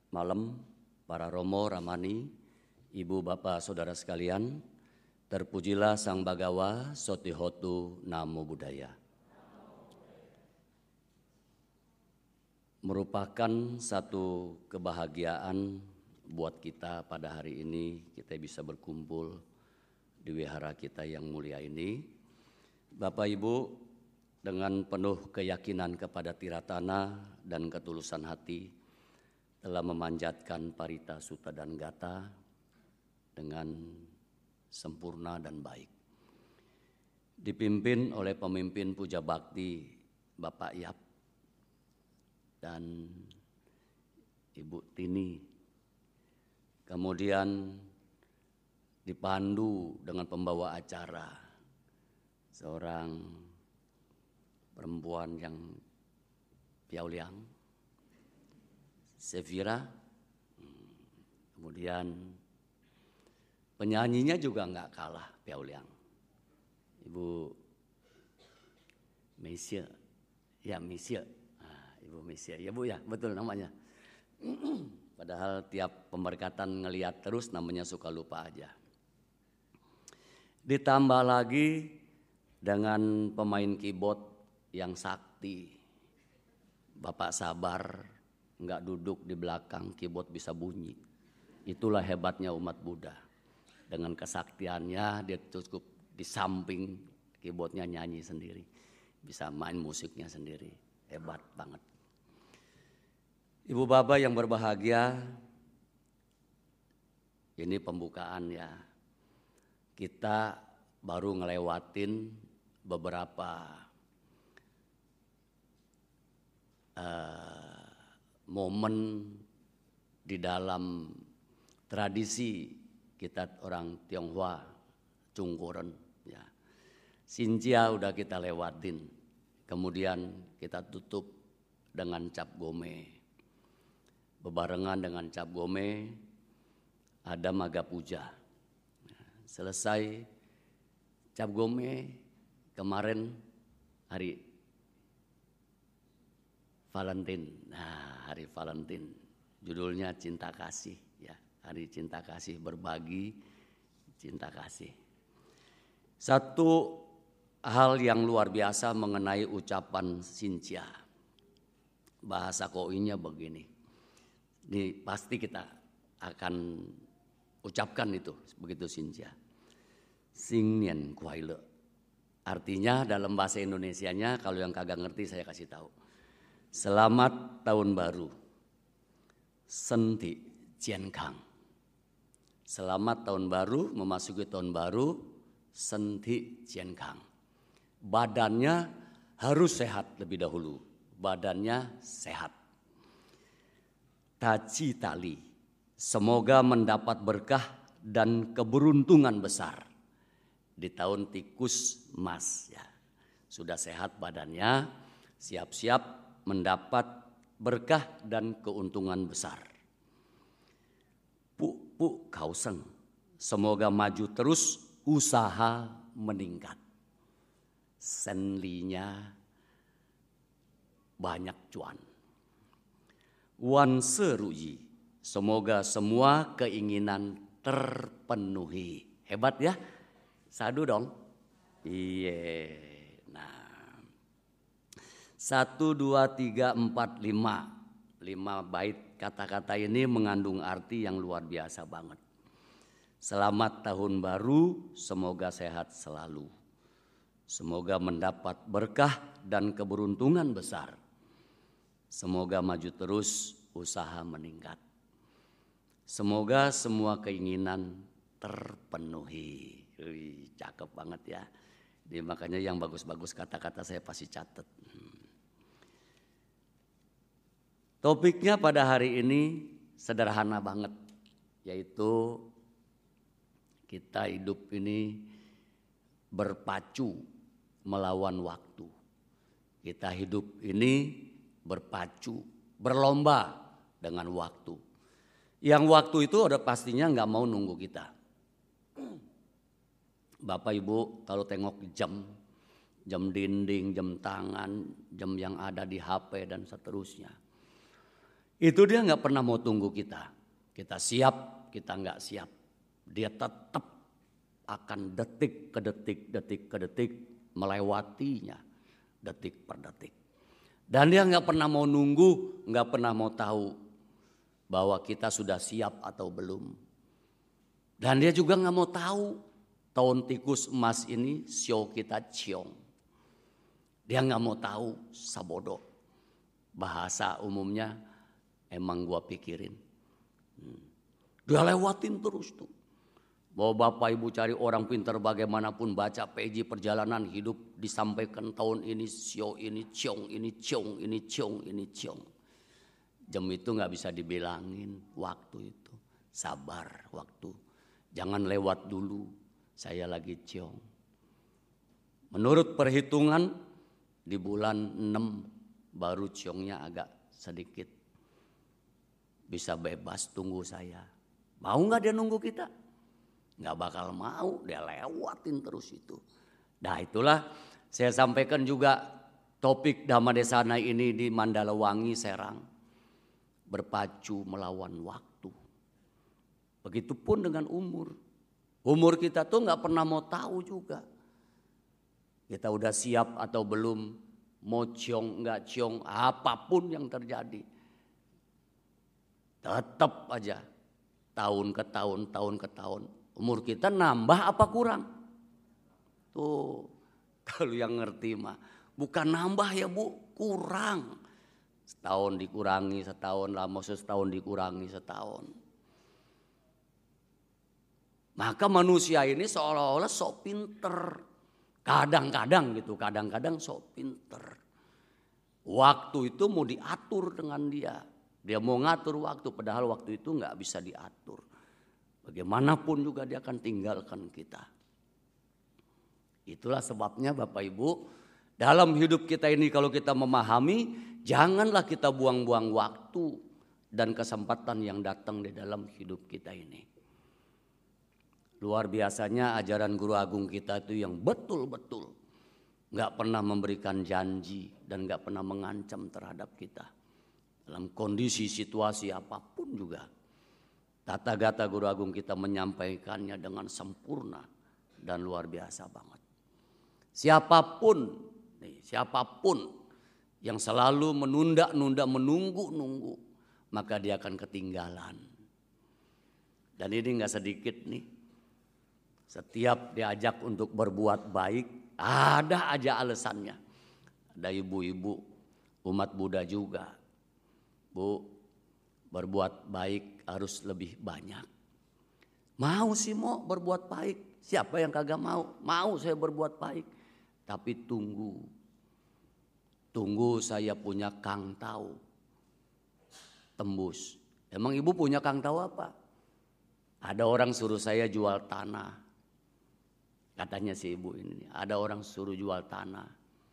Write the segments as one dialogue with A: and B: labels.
A: malam, para Romo, Ramani, Ibu, Bapak, Saudara sekalian, terpujilah Sang Bagawa, Sotihotu, Namo Buddhaya. Merupakan satu kebahagiaan buat kita pada hari ini, kita bisa berkumpul di wihara kita yang mulia ini. Bapak Ibu, dengan penuh keyakinan kepada Tiratana dan ketulusan hati, telah memanjatkan Parita Sutta dan Gata dengan sempurna dan baik. Dipimpin oleh pemimpin Puja Bakti Bapak Yap dan Ibu Tini. Kemudian dipandu dengan pembawa acara, seorang perempuan yang piauliang, Sevira. Kemudian penyanyinya juga nggak kalah piauliang, Ibu Mesia, ya Mesia, Ibu Mesia, ya Bu ya, betul namanya. Padahal tiap pemberkatan ngeliat terus namanya suka lupa aja. Ditambah lagi dengan pemain keyboard yang sakti, Bapak Sabar, nggak duduk di belakang, keyboard bisa bunyi. Itulah hebatnya umat Buddha. Dengan kesaktiannya dia cukup di samping keyboardnya nyanyi sendiri, bisa main musiknya sendiri, hebat banget. Ibu Bapak yang berbahagia, ini pembukaan ya. Kita baru ngelewatin beberapa momen di dalam tradisi kita orang Tionghoa, Cungkuren ya. Sinjia udah kita lewatin. Kemudian kita tutup dengan Cap Gome. Bebarengan dengan Cap Gome ada Maga Puja. Selesai Cap Gome kemarin hari Valentine. Nah, hari Valentine judulnya Cinta Kasih ya. Hari Cinta Kasih, berbagi cinta kasih. Satu hal yang luar biasa mengenai ucapan Sinjia. Bahasa Koinya begini. Ini pasti kita akan ucapkan itu begitu Sinjia. Sing Nian Kuai Le. Artinya dalam bahasa Indonesianya, kalau yang kagak ngerti saya kasih tahu. Selamat tahun baru, Senti Jian Kang. Selamat tahun baru, memasuki tahun baru, Senti Jian Kang. Badannya harus sehat lebih dahulu, badannya sehat. Taji tali, semoga mendapat berkah dan keberuntungan besar di tahun tikus emas. Ya. Sudah sehat badannya, siap-siap mendapat berkah dan keuntungan besar. Pu Kauseng, semoga maju terus, usaha meningkat. Senlinya banyak cuan. Wan Seruyi, semoga semua keinginan terpenuhi. Hebat ya? Sadu dong. Iya. 1, 2, 3, 4, 5. 5 bait kata-kata ini mengandung arti yang luar biasa banget. Selamat tahun baru, semoga sehat selalu. Semoga mendapat berkah dan keberuntungan besar. Semoga maju terus, usaha meningkat. Semoga semua keinginan terpenuhi. Wih, cakep banget ya. Jadi makanya yang bagus-bagus kata-kata saya pasti catat. Topiknya pada hari ini sederhana banget, yaitu kita hidup ini berpacu melawan waktu. Kita hidup ini berpacu, berlomba dengan waktu. Yang waktu itu udah pastinya nggak mau nunggu kita. Bapak Ibu kalau tengok jam dinding, jam tangan, jam yang ada di HP dan seterusnya. Itu dia nggak pernah mau tunggu kita. Kita siap, kita nggak siap. Dia tetap akan detik ke detik melewatinya detik per detik. Dan dia nggak pernah mau nunggu, nggak pernah mau tahu bahwa kita sudah siap atau belum. Dan dia juga nggak mau tahu tahun tikus emas ini sio kita ciong. Dia nggak mau tahu sabodo. Bahasa umumnya emang gua pikirin. Dia lewatin terus tuh. Bahwa Bapak Ibu cari orang pintar bagaimanapun baca PJ perjalanan hidup disampaikan tahun ini sio ini ciong ini ciong ini ciong ini ciong. Jam itu nggak bisa dibilangin waktu itu. Sabar waktu. Jangan lewat dulu. Saya lagi ciong. Menurut perhitungan di bulan 6 baru ciongnya agak sedikit. Bisa bebas tunggu saya. Mau nggak dia nunggu kita? Nggak bakal mau, dia lewatin terus itu. Nah itulah saya sampaikan juga topik Dhammadesana ini di Mandalawangi Serang. Berpacu melawan waktu. Begitupun dengan umur. Umur kita tuh nggak pernah mau tahu juga. Kita udah siap atau belum, mau ciong nggak ciong, apapun yang terjadi. Tetap aja tahun ke tahun. Umur kita nambah apa kurang? Tuh, kalau yang ngerti mah bukan nambah ya Bu, kurang. Setahun dikurangi setahun lah, maksud setahun dikurangi setahun. Maka manusia ini seolah-olah sok pinter. Kadang-kadang gitu, kadang-kadang sok pinter. Waktu itu mau diatur dengan dia. Dia mau ngatur waktu, padahal waktu itu nggak bisa diatur. Bagaimanapun juga dia akan tinggalkan kita. Itulah sebabnya Bapak Ibu, dalam hidup kita ini kalau kita memahami, janganlah kita buang-buang waktu dan kesempatan yang datang di dalam hidup kita ini. Luar biasanya ajaran Guru Agung kita itu yang betul-betul gak pernah memberikan janji dan gak pernah mengancam terhadap kita. Dalam kondisi situasi apapun juga. Tata gata Guru Agung kita menyampaikannya dengan sempurna dan luar biasa banget. Siapapun yang selalu menunda-nunda, menunggu-nunggu, maka dia akan ketinggalan. Dan ini gak sedikit nih. Setiap diajak untuk berbuat baik, ada aja alasannya. Ada ibu-ibu, umat Buddha juga. Bu, berbuat baik harus lebih banyak. Mau sih mau berbuat baik. Siapa yang kagak mau? Mau saya berbuat baik. Tapi tunggu. Tunggu saya punya Kang Tau. Tembus. Emang ibu punya Kang Tau apa? Ada orang suruh saya jual tanah. Katanya si ibu ini. Ada orang suruh jual tanah.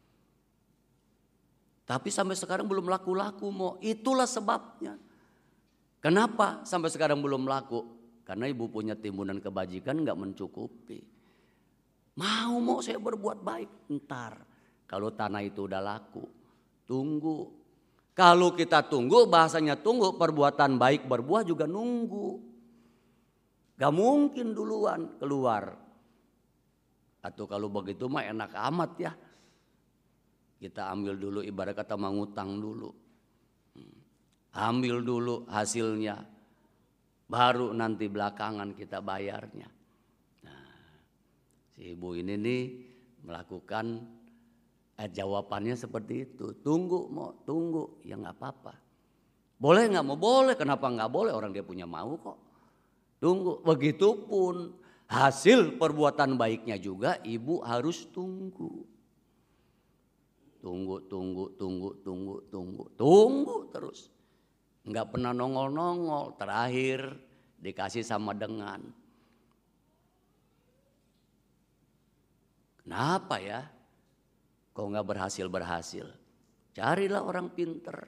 A: Tapi sampai sekarang belum laku-laku mau. Itulah sebabnya. Kenapa sampai sekarang belum laku? Karena ibu punya timbunan kebajikan gak mencukupi. Mau saya berbuat baik. Ntar kalau tanah itu udah laku. Tunggu. Kalau kita tunggu, bahasanya tunggu, perbuatan baik berbuah juga nunggu. Gak mungkin duluan keluar. Atau kalau begitu mah enak amat ya. Kita ambil dulu, ibarat kata mengutang dulu. Ambil dulu hasilnya. Baru nanti belakangan kita bayarnya. Nah, si ibu ini nih melakukan jawabannya seperti itu. Tunggu mau, tunggu. Ya gak apa-apa. Boleh gak mau? Boleh. Kenapa gak boleh? Orang dia punya mau kok. Tunggu. Begitupun hasil perbuatan baiknya juga ibu harus tunggu. Tunggu terus. Enggak pernah nongol-nongol. Terakhir dikasih sama dengan. Kenapa ya? Kok enggak berhasil? Carilah orang pinter.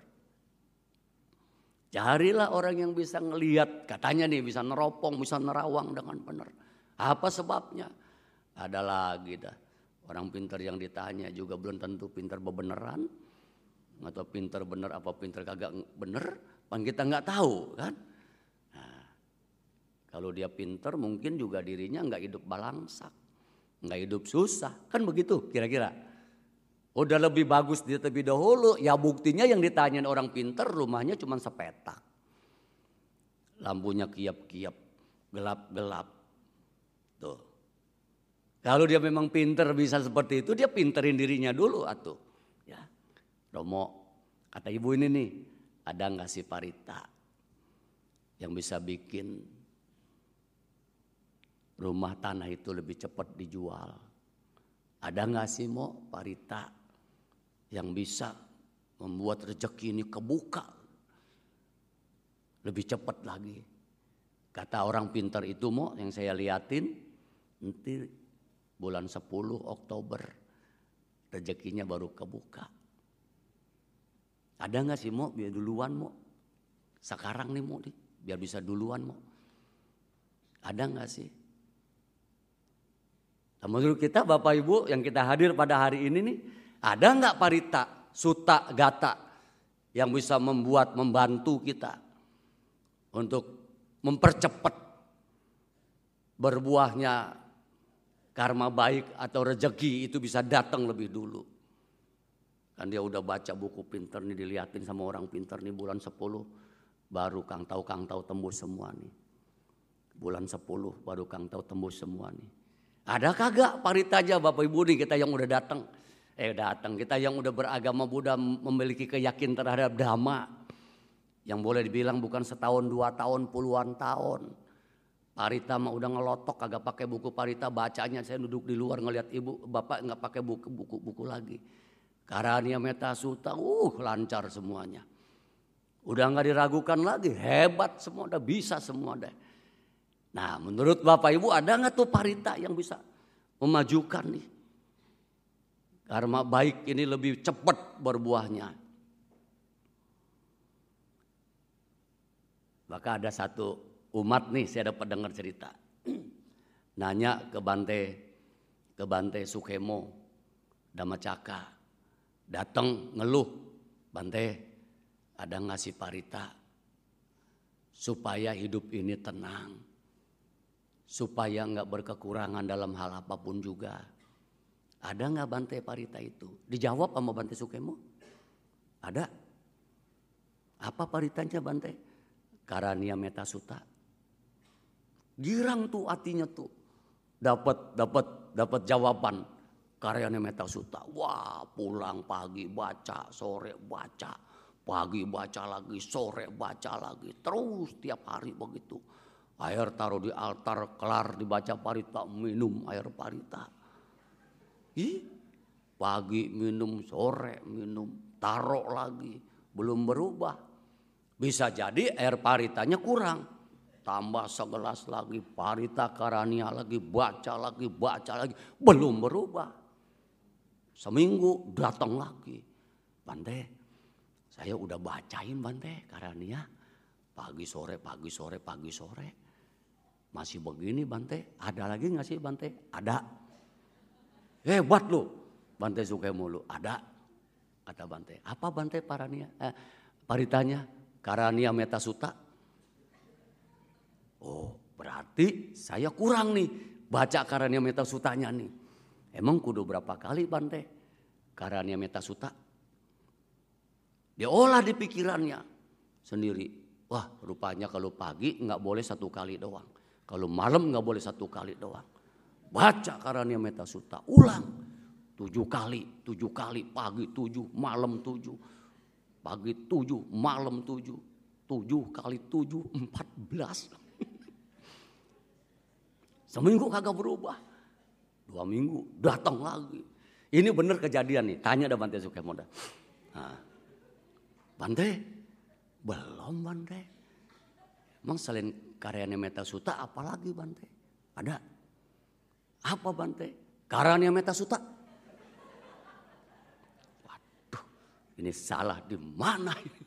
A: Carilah orang yang bisa ngelihat. Katanya nih bisa neropong, bisa nerawang dengan benar. Apa sebabnya? Ada lagi dah. Orang pintar yang ditanya juga belum tentu pintar bebeneran. Atau pintar bener apa pintar kagak bener. Kan kita nggak tahu kan. Nah, kalau dia pinter mungkin juga dirinya nggak hidup balangsak, nggak hidup susah, kan begitu kira-kira. Udah lebih bagus dia lebih dahulu, ya buktinya yang ditanyain orang pinter rumahnya cuma sepetak. Lampunya kiap-kiap, gelap-gelap. Tuh. Kalau dia memang pinter bisa seperti itu, dia pinterin dirinya dulu atuh. Ya. Romo, kata ibu ini nih, ada nggak sih Parita yang bisa bikin rumah tanah itu lebih cepat dijual? Ada nggak sih Mo Parita yang bisa membuat rezeki ini kebuka lebih cepat lagi? Kata orang pintar itu Mo, yang saya liatin, nanti bulan 10 Oktober rezekinya baru kebuka. Ada nggak sih Mo, biar duluan Mo? Sekarang nih Mo, biar bisa duluan Mo. Ada nggak sih? Nah, menurut kita Bapak Ibu yang kita hadir pada hari ini nih, ada nggak Parita, Suta, Gata yang bisa membantu kita untuk mempercepat berbuahnya karma baik atau rezeki itu bisa datang lebih dulu. Kan dia udah baca buku pinter nih, diliatin sama orang pinter nih, bulan 10 baru Kang tahu tembus semua nih. Bulan 10 baru Kang tahu tembus semua nih. Ada kagak Parita aja Bapak Ibu nih, kita yang udah datang. Kita yang udah beragama Buddha, memiliki keyakinan terhadap Dhamma. Yang boleh dibilang bukan setahun, 2 tahun, puluhan tahun. Parita mah udah ngelotok kagak pakai buku Parita, bacanya saya duduk di luar ngelihat ibu, bapak nggak pakai buku lagi. Karania Metta Sutta, lancar semuanya. Udah nggak diragukan lagi, hebat semua, udah bisa semua deh. Nah, menurut Bapak Ibu ada nggak tuh Parita yang bisa memajukan nih karma baik ini lebih cepat berbuahnya? Maka ada satu umat nih, saya dapat dengar cerita. Nanya ke Bante Sukemo Dhammacakka, datang ngeluh, Bante, ada nggak sih Parita supaya hidup ini tenang, supaya nggak berkekurangan dalam hal apapun juga? Ada nggak Bante Parita itu? Dijawab sama Bante Sukemo. Ada. Apa Paritanya Bante? Karania Metta Sutta. Girang tuh hatinya tuh. Dapat jawaban. Karania Metta Sutta. Wah, pulang pagi baca, sore baca, pagi baca lagi, sore baca lagi. Terus tiap hari begitu. Air taruh di altar, kelar dibaca Parita, minum air Parita. Pagi minum, sore minum, taruh lagi, belum berubah. Bisa jadi air Paritanya kurang, tambah segelas lagi, Parita Karania lagi, baca lagi, belum berubah. Seminggu datang lagi, Bante, saya udah bacain Bante Karania, pagi sore, masih begini Bante. Ada lagi nggak sih Bante? Ada. Hebat lu, Bante Sukemo lu. Ada, kata Bante. Apa Bante Paritanya? Karania Metta Sutta. Oh, berarti saya kurang nih baca Karania Metta Suttanya nih. Emang kudu berapa kali Bante Karania Metta Sutta? Dia olah di pikirannya sendiri. Wah, rupanya kalau pagi nggak boleh 1 kali doang. Kalau malam nggak boleh 1 kali doang. Baca Karania Metta Sutta, ulang 7 kali, pagi 7, malam 7, pagi 7, malam 7, 7 kali 7, 14. Seminggu kagak berubah, 2 minggu datang lagi. Ini bener kejadian nih, tanya dah Bante Sukemo dah. Nah, Bante, belum Bante. Emang selain Karania Metta Sutta apalagi Bante? Ada. Apa Bante? Karania Metta Sutta. Waduh, ini salah di mana ini?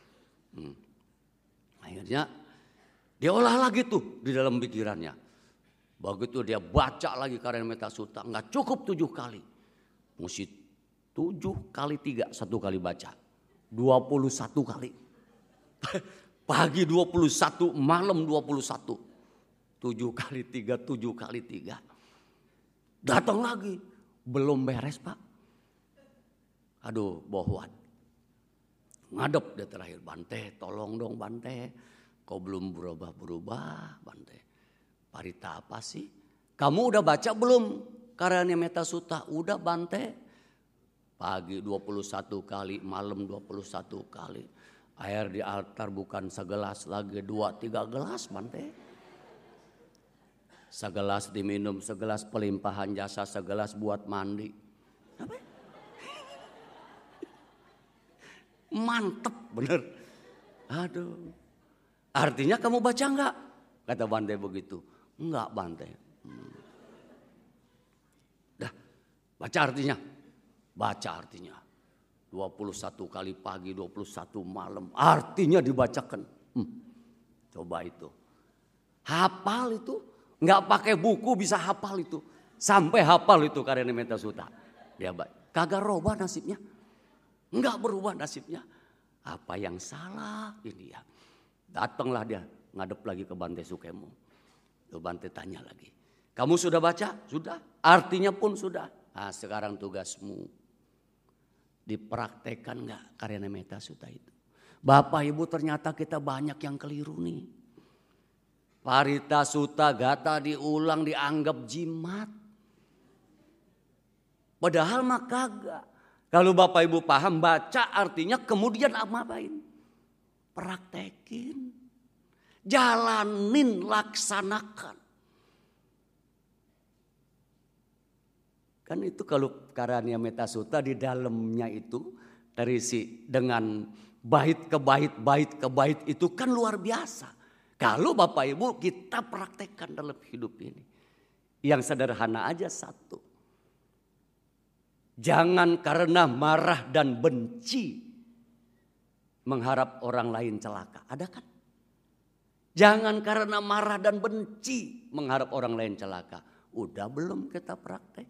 A: Akhirnya dia olah lagi tuh di dalam pikirannya. Begitu dia baca lagi Karania Metta Sutta, nggak cukup 7 kali. Mesti 7 kali 3, 1 kali baca. 21 kali. Pagi 21, malam 21. 7 kali 3, 7 kali 3. Datang lagi. Belum beres Pak. Aduh bohwat. Ngadep dia terakhir. Bante tolong dong Bante. Kau belum berubah-berubah Bante. Parita apa sih? Kamu udah baca belum Karya Metta Sutta? Udah Bante. Pagi 21 kali, malam 21 kali. Air di altar bukan segelas lagi, 2-3 gelas Bante. Segelas diminum, segelas pelimpahan jasa, segelas buat mandi. Apa? Mantep bener. Aduh. Artinya kamu baca enggak? Kata Bante begitu. Enggak Bante. Dah, baca artinya. Baca artinya. 21 kali pagi, 21 malam. Artinya dibacakan. Coba itu. Hafal itu. Enggak pakai buku bisa hafal itu. Sampai hafal itu Karya Metta Sutta. Ya baik. Kagak robah nasibnya. Enggak berubah nasibnya. Apa yang salah ini ya. Datanglah dia. Ngadep lagi ke Bante Sukemo. Tuh Bante tanya lagi. Kamu sudah baca? Sudah. Artinya pun sudah. Nah sekarang tugasmu. Dipraktekkan enggak Karya Metta Sutta itu. Bapak Ibu ternyata kita banyak yang keliru nih. Parita Sutta Gatha diulang dianggap jimat. Padahal mah kagak. Kalau Bapak Ibu paham baca artinya kemudian apain? Praktekin. Jalanin, laksanakan. Kan itu kalau Karya Metta Sutta di dalamnya itu terisi dengan bait ke bait, bait ke bait itu kan luar biasa. Kalau Bapak Ibu kita praktekkan dalam hidup ini. Yang sederhana aja satu. Jangan karena marah dan benci mengharap orang lain celaka. Ada kan? Jangan karena marah dan benci mengharap orang lain celaka. Udah belum kita praktek?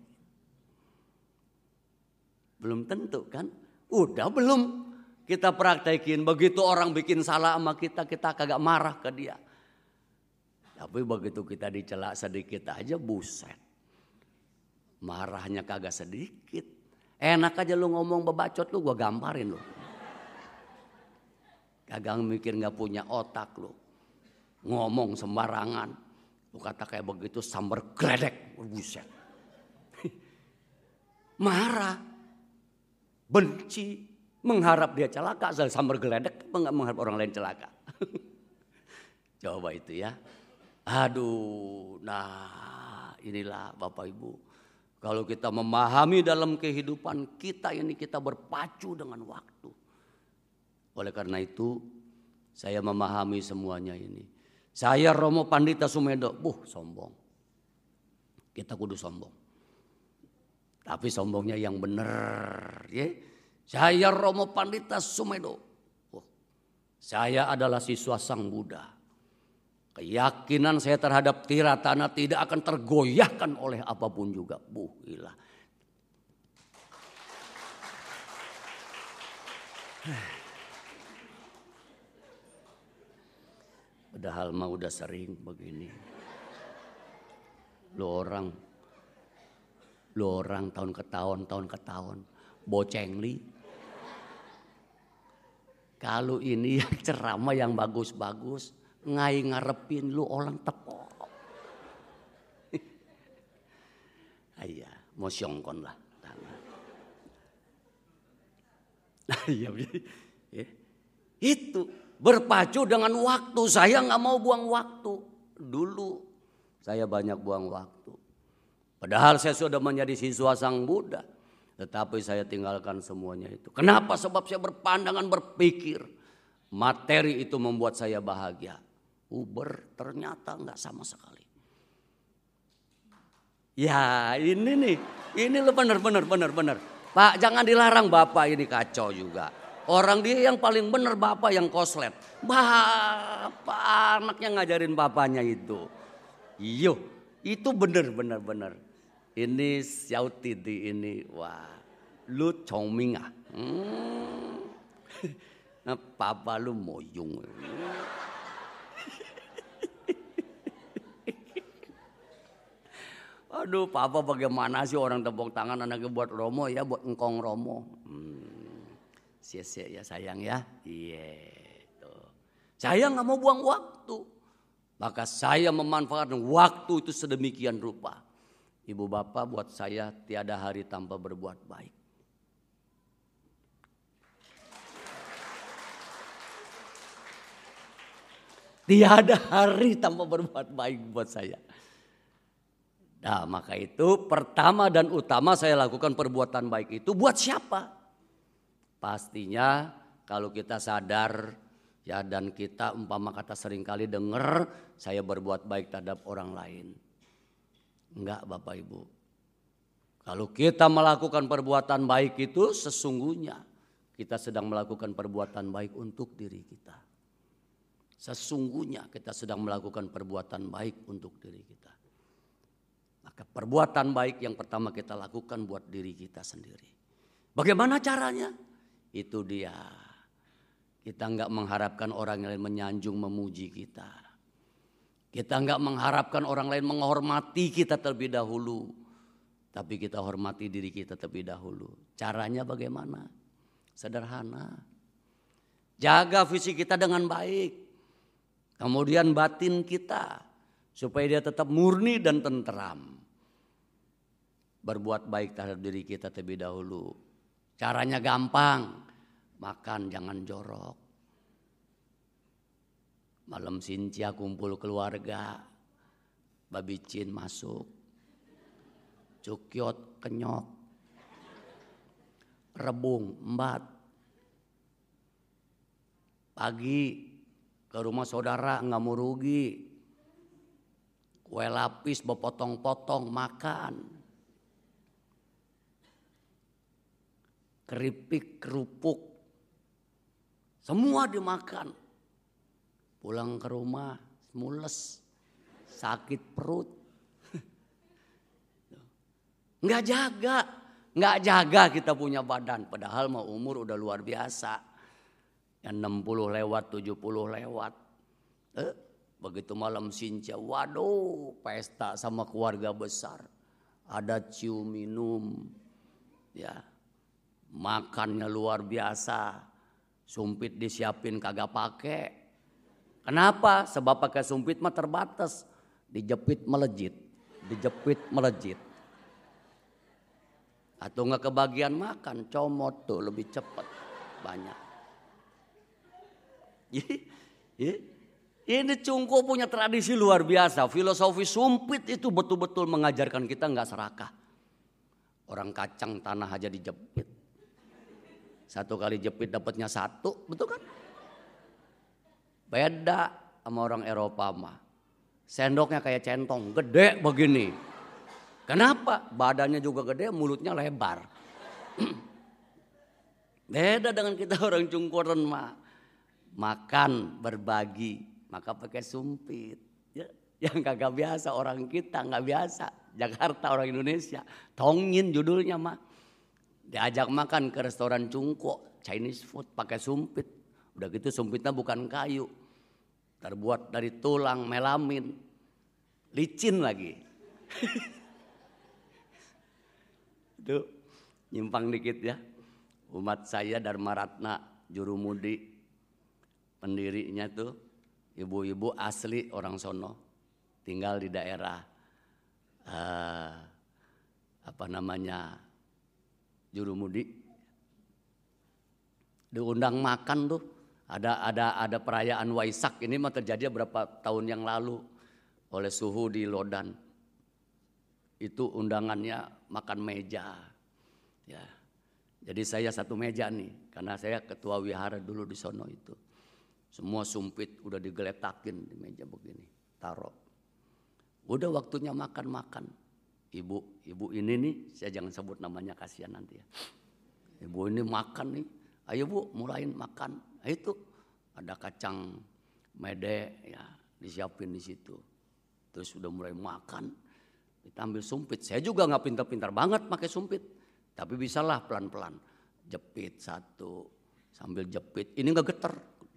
A: Belum tentu kan? Udah belum kita praktekin. Begitu orang bikin salah sama kita, kita kagak marah ke dia. Tapi begitu kita dicela sedikit aja buset. Marahnya kagak sedikit. Enak aja lu ngomong bebacot lu gua gamparin lu. Kagak mikir gak punya otak lu. Ngomong sembarangan. Lu kata kayak begitu sambar gledek. Buset. Marah. Benci, mengharap dia celaka, sambar geledek, enggak mengharap orang lain celaka. Coba itu ya. Aduh, nah inilah Bapak Ibu. Kalau kita memahami dalam kehidupan kita ini kita berpacu dengan waktu. Oleh karena itu saya memahami semuanya ini. Saya Romo Pandita Sumedo, sombong. Kita kudu sombong. Tapi sombongnya yang benar. Ya. Saya Romo Pandita Sumedo. Saya adalah siswa Sang Buddha. Keyakinan saya terhadap Tiratana tidak akan tergoyahkan oleh apapun juga. Gila. Padahal mah udah sering begini. Lu orang tahun ke tahun bocengli. Kalau ini yang ceramah yang bagus-bagus, ngai ngarepin lu orang tepok. Iya, mau syongkon lah. Iya, itu berpacu dengan waktu. Saya nggak mau buang waktu. Dulu saya banyak buang waktu. Padahal saya sudah menjadi siswa Sang Buddha. Tetapi saya tinggalkan semuanya itu. Kenapa? Sebab saya berpandangan berpikir. Materi itu membuat saya bahagia. Uber ternyata enggak sama sekali. Ya ini nih. Ini lo benar. Pak jangan dilarang Bapak ini kacau juga. Orang dia yang paling benar Bapak yang koslet. Bapak anaknya ngajarin bapaknya itu. Iyo itu benar. Ini Xiao Titi ini, wah, lu chongming ah. Nah, papa lu moyung. Aduh, papa bagaimana sih orang tepuk tangan anaknya buat Romo ya, buat engkong Romo. Sia-sia ya sayang ya. Iya. Saya nggak mau buang waktu. Maka saya memanfaatkan waktu itu sedemikian rupa. Ibu bapak buat saya tiada hari tanpa berbuat baik. Tiada hari tanpa berbuat baik buat saya. Nah, maka itu pertama dan utama saya lakukan perbuatan baik itu buat siapa? Pastinya kalau kita sadar ya, dan kita umpama kata seringkali dengar saya berbuat baik terhadap orang lain. Enggak Bapak Ibu. Kalau kita melakukan perbuatan baik itu sesungguhnya kita sedang melakukan perbuatan baik untuk diri kita. Sesungguhnya kita sedang melakukan perbuatan baik untuk diri kita. Maka perbuatan baik yang pertama kita lakukan buat diri kita sendiri. Bagaimana caranya? Itu dia. Kita enggak mengharapkan orang lain menyanjung memuji kita. Kita enggak mengharapkan orang lain menghormati kita terlebih dahulu. Tapi kita hormati diri kita terlebih dahulu. Caranya bagaimana? Sederhana. Jaga fisik kita dengan baik. Kemudian batin kita. Supaya dia tetap murni dan tenteram. Berbuat baik terhadap diri kita terlebih dahulu. Caranya gampang. Makan jangan jorok. Malam sincia kumpul keluarga. Babicin masuk. Cukyot kenyok. Rebung embat. Pagi ke rumah saudara nggak mau rugi. Kue lapis berpotong-potong makan. Keripik, kerupuk. Semua dimakan. Pulang ke rumah mules. Sakit perut. Nggak jaga kita punya badan. Padahal mau umur udah luar biasa. Yang 60 lewat, 70 lewat. Begitu malam sincia, waduh pesta sama keluarga besar. Ada cium minum. Ya, makannya luar biasa. Sumpit disiapin kagak pakai. Kenapa? Sebab pakai sumpit mah terbatas. Dijepit melejit. Dijepit melejit. Atau nggak kebagian makan, comot tuh lebih cepat, banyak. Ini Cungko punya tradisi luar biasa. Filosofi sumpit itu betul-betul mengajarkan kita nggak serakah. Orang kacang tanah aja dijepit. Satu kali jepit dapatnya satu, betul kan? Beda sama orang Eropa mah. Sendoknya kayak centong, gede begini. Kenapa? Badannya juga gede, mulutnya lebar. Beda dengan kita orang Cungkoren mah. Makan, berbagi, maka pakai sumpit. Ya, yang kagak biasa orang kita, nggak biasa. Jakarta orang Indonesia, tongin judulnya mah. Diajak makan ke restoran Cungko, Chinese food pakai sumpit. Udah gitu sumpitnya bukan kayu. Terbuat dari tulang melamin. Licin lagi. Itu nyimpang dikit ya. Umat saya Dharma Ratna Jurumudi, pendirinya tuh ibu-ibu asli orang sono, tinggal di daerah Jurumudi. Diundang makan tuh, ada perayaan Waisak, ini mah terjadi beberapa tahun yang lalu oleh suhu di Lodan. Itu undangannya makan meja. Ya. Jadi saya satu meja nih, karena saya ketua wihara dulu di sono itu. Semua sumpit udah digeletakin di meja begini, taruh. Udah waktunya makan-makan. Ibu ini nih, saya jangan sebut namanya kasihan nanti ya. Ibu ini makan nih, ayo Bu mulain makan. Itu ada kacang mede ya, disiapin di situ. Terus udah mulai makan. Kita ambil sumpit. Saya juga nggak pintar-pintar banget pakai sumpit, tapi bisalah pelan-pelan. Jepit satu, Sambil jepit, ini nggak geter.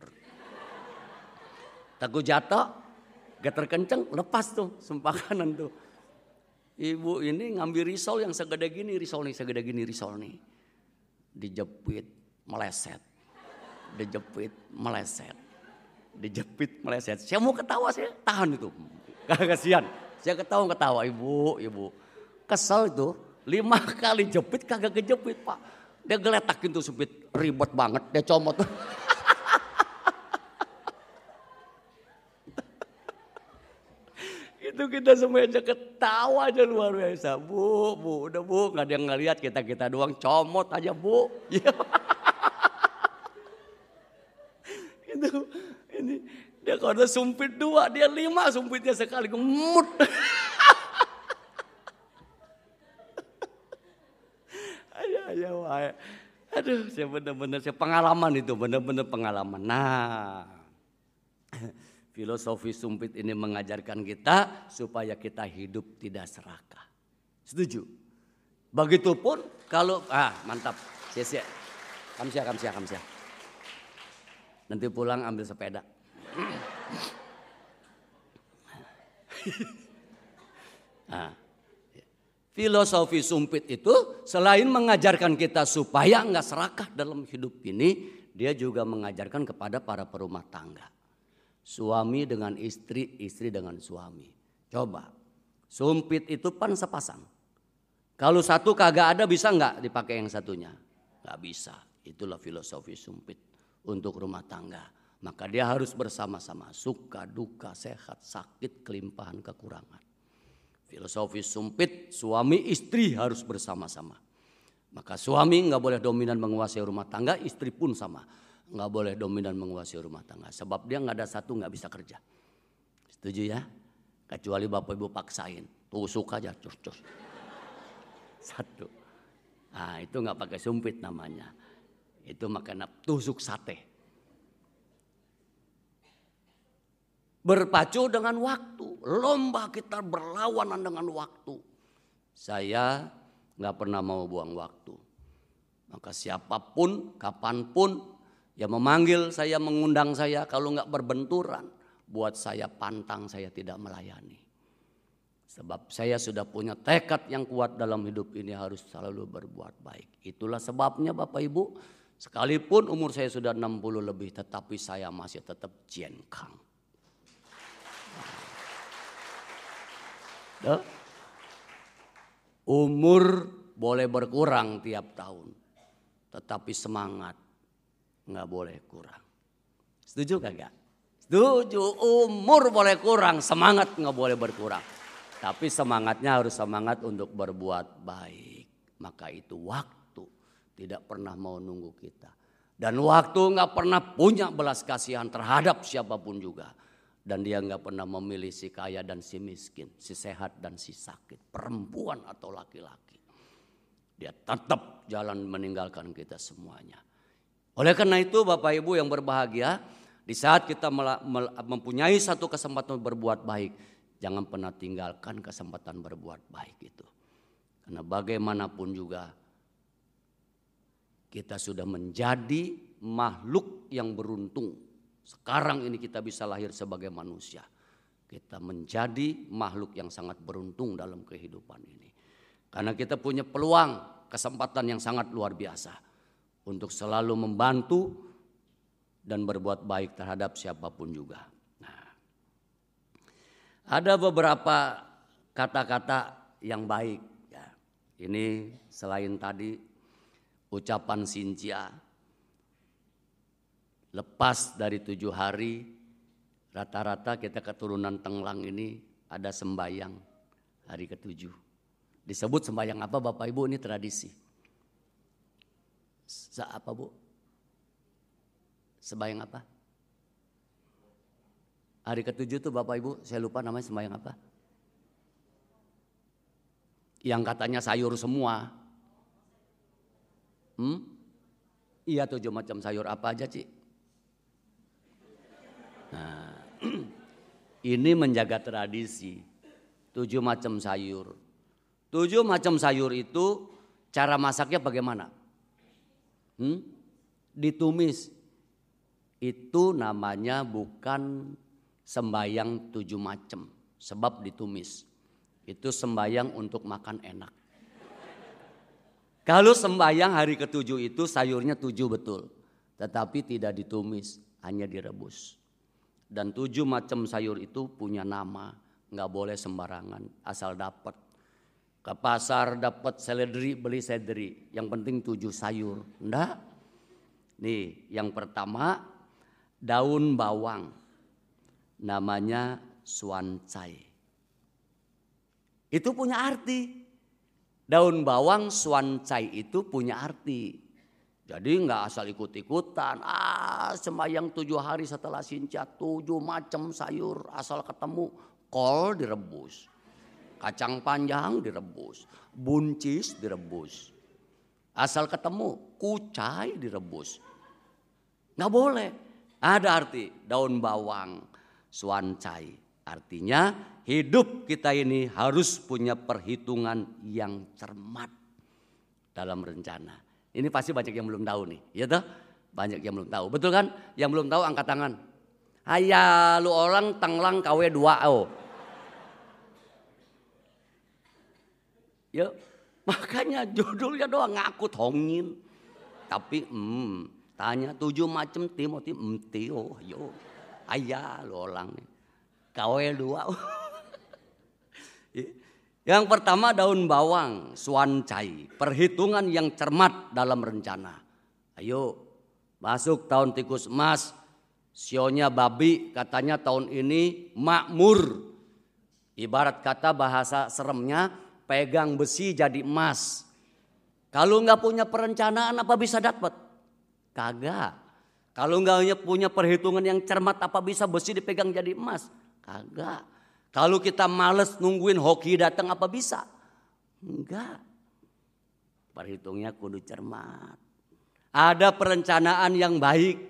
A: Takut jatuh, geter kenceng, lepas tuh sumpah kanan tuh. Ibu ini ngambil risol yang segede gini, risol nih. Dijepit, meleset. Dijepit, meleset. Saya mau ketawa, saya tahan itu. Kasihan, saya ketawa ibu. Kesel itu, 5 kali jepit kagak kejepit Pak. Dia geletakin tuh supit, ribet banget, dia comot. Itu kita semuanya ketawa aja luar biasa. Bu, udah bu, gak ada yang ngeliat, kita doang comot aja bu. Ini dia kalau ada sumpit 2, dia 5 sumpitnya sekali gemut. Aduh, saya benar-benar pengalaman itu, benar-benar pengalaman. Nah, filosofi sumpit ini mengajarkan kita supaya kita hidup tidak serakah. Setuju? Begitupun kalau mantap. Sia-sia. Kamsia. Nanti pulang ambil sepeda. Nah, filosofi sumpit itu selain mengajarkan kita supaya enggak serakah dalam hidup ini, dia juga mengajarkan kepada para perumah tangga. Suami dengan istri, istri dengan suami. Coba, sumpit itu pan sepasang. Kalau satu kagak ada bisa enggak dipakai yang satunya? Enggak bisa. Itulah filosofi sumpit untuk rumah tangga. Maka dia harus bersama-sama, suka, duka, sehat, sakit, kelimpahan, kekurangan. Filosofi sumpit, suami istri harus bersama-sama. Maka suami enggak boleh dominan menguasai rumah tangga, istri pun sama. Enggak boleh dominan menguasai rumah tangga. Sebab dia enggak ada satu enggak bisa kerja. Setuju ya? Kecuali bapak ibu paksain, tusuk aja, cus. Satu. Nah itu enggak pakai sumpit namanya. Itu makanya tusuk sate. Berpacu dengan waktu. Lomba kita berlawanan dengan waktu. Saya gak pernah mau buang waktu. Maka siapapun, kapanpun yang memanggil saya, mengundang saya, kalau gak berbenturan, buat saya pantang, saya tidak melayani. Sebab saya sudah punya tekad yang kuat dalam hidup ini harus selalu berbuat baik. Itulah sebabnya Bapak Ibu, sekalipun umur saya sudah 60 lebih, tetapi saya masih tetap jengkang. Umur boleh berkurang tiap tahun, tetapi semangat nggak boleh kurang. Setuju kagak? Setuju. Umur boleh kurang, semangat nggak boleh berkurang. Tapi semangatnya harus semangat untuk berbuat baik. Maka itu waktu tidak pernah mau nunggu kita. Dan waktu nggak pernah punya belas kasihan terhadap siapapun juga. Dan dia nggak pernah memilih si kaya dan si miskin, si sehat dan si sakit, perempuan atau laki-laki. Dia tetap jalan meninggalkan kita semuanya. Oleh karena itu Bapak Ibu yang berbahagia, di saat kita mempunyai satu kesempatan berbuat baik, jangan pernah tinggalkan kesempatan berbuat baik itu. Karena bagaimanapun juga kita sudah menjadi makhluk yang beruntung. Sekarang ini kita bisa lahir sebagai manusia. Kita menjadi makhluk yang sangat beruntung dalam kehidupan ini. Karena kita punya peluang, kesempatan yang sangat luar biasa. Untuk selalu membantu dan berbuat baik terhadap siapapun juga. Nah, ada beberapa kata-kata yang baik. Ya, ini selain tadi ucapan Sincia. Lepas dari 7 hari, rata-rata kita keturunan Tenglang ini ada sembayang hari ke-7. Disebut sembayang apa Bapak Ibu? Ini tradisi. Apa Bu? Sembayang apa? Hari ke-7 itu Bapak Ibu, saya lupa namanya sembayang apa. Yang katanya sayur semua. Iya 7 macam sayur apa aja Ci? Nah, ini menjaga tradisi 7 macam sayur. 7 macam sayur itu cara masaknya bagaimana? ditumis. Itu namanya bukan sembayang 7 macam, sebab ditumis. Itu sembayang untuk makan enak. Kalau sembayang hari ke-7 itu sayurnya 7 betul, tetapi tidak ditumis, hanya direbus. Dan 7 macam sayur itu punya nama, nggak boleh sembarangan, asal dapat. Ke pasar dapat seledri, beli seledri, yang penting 7 sayur, enggak. Nih, yang pertama daun bawang, namanya swancai. Itu punya arti. Daun bawang swancai itu punya arti. Jadi nggak asal ikut-ikutan. Sembayang 7 hari setelah sincat 7 macam sayur asal ketemu. Kol direbus, kacang panjang direbus, buncis direbus. Asal ketemu kucai direbus. Nggak boleh. Ada arti daun bawang swancai. Artinya hidup kita ini harus punya perhitungan yang cermat dalam rencana. Ini pasti banyak yang belum tahu nih, ya toh? Banyak yang belum tahu, betul kan? Yang belum tahu angkat tangan. Haya lu orang tanglang kawe 2 Ya, makanya judulnya doang ngaku tongin. Tapi tanya 7 macam Timothy yo. Haya lu orang nih. Kawe 2. Yang pertama daun bawang, swancai. Perhitungan yang cermat dalam rencana. Ayo masuk tahun tikus emas. Sionya babi katanya tahun ini makmur. Ibarat kata bahasa seremnya pegang besi jadi emas. Kalau nggak punya perencanaan apa bisa dapat? Kagak. Kalau nggak punya perhitungan yang cermat apa bisa besi dipegang jadi emas? Kagak. Kalau kita males nungguin hoki datang apa bisa? Enggak. Perhitungnya kudu cermat. Ada perencanaan yang baik.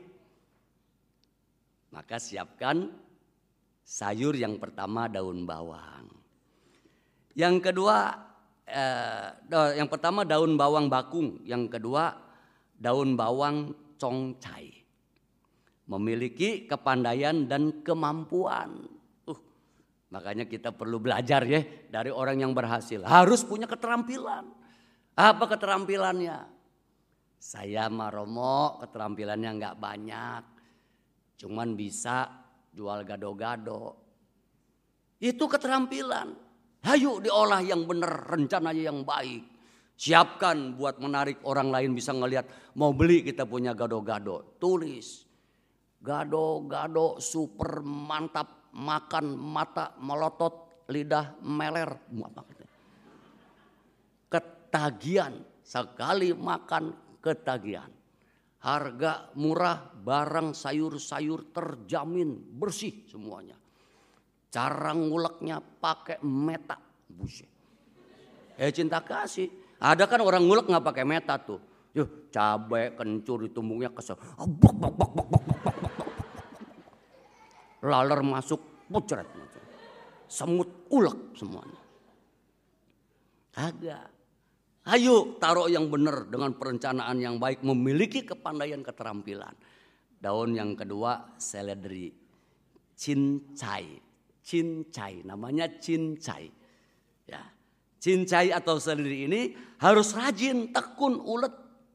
A: Maka siapkan sayur yang pertama daun bawang. Yang kedua, yang pertama daun bawang bakung. Yang kedua daun bawang congcai. Memiliki kepandaian dan kemampuan. Makanya kita perlu belajar ya dari orang yang berhasil. Harus punya keterampilan. Apa keterampilannya? Saya Maromo keterampilannya nggak banyak. Cuman bisa jual gado-gado. Itu keterampilan. Hayu diolah yang benar, rencananya yang baik. Siapkan buat menarik orang lain bisa ngelihat mau beli kita punya gado-gado. Tulis. Gado-gado super mantap. Makan mata melotot, lidah meler. Ketagihan, sekali makan ketagihan. Harga murah, barang sayur-sayur terjamin bersih semuanya. Cara nguleknya pakai meta. Buset. Cinta kasih. Ada kan orang ngulek nggak pakai meta tuh. Yuh, cabai kencur ditumbuknya kesel. Laler masuk pucret. Semut ulek semuanya. Agak. Ayo taruh yang benar dengan perencanaan yang baik. Memiliki kepandaian keterampilan. Daun yang kedua seledri. Cincai. Cincai namanya cincai. Ya. Cincai atau seledri ini harus rajin, tekun, ulet.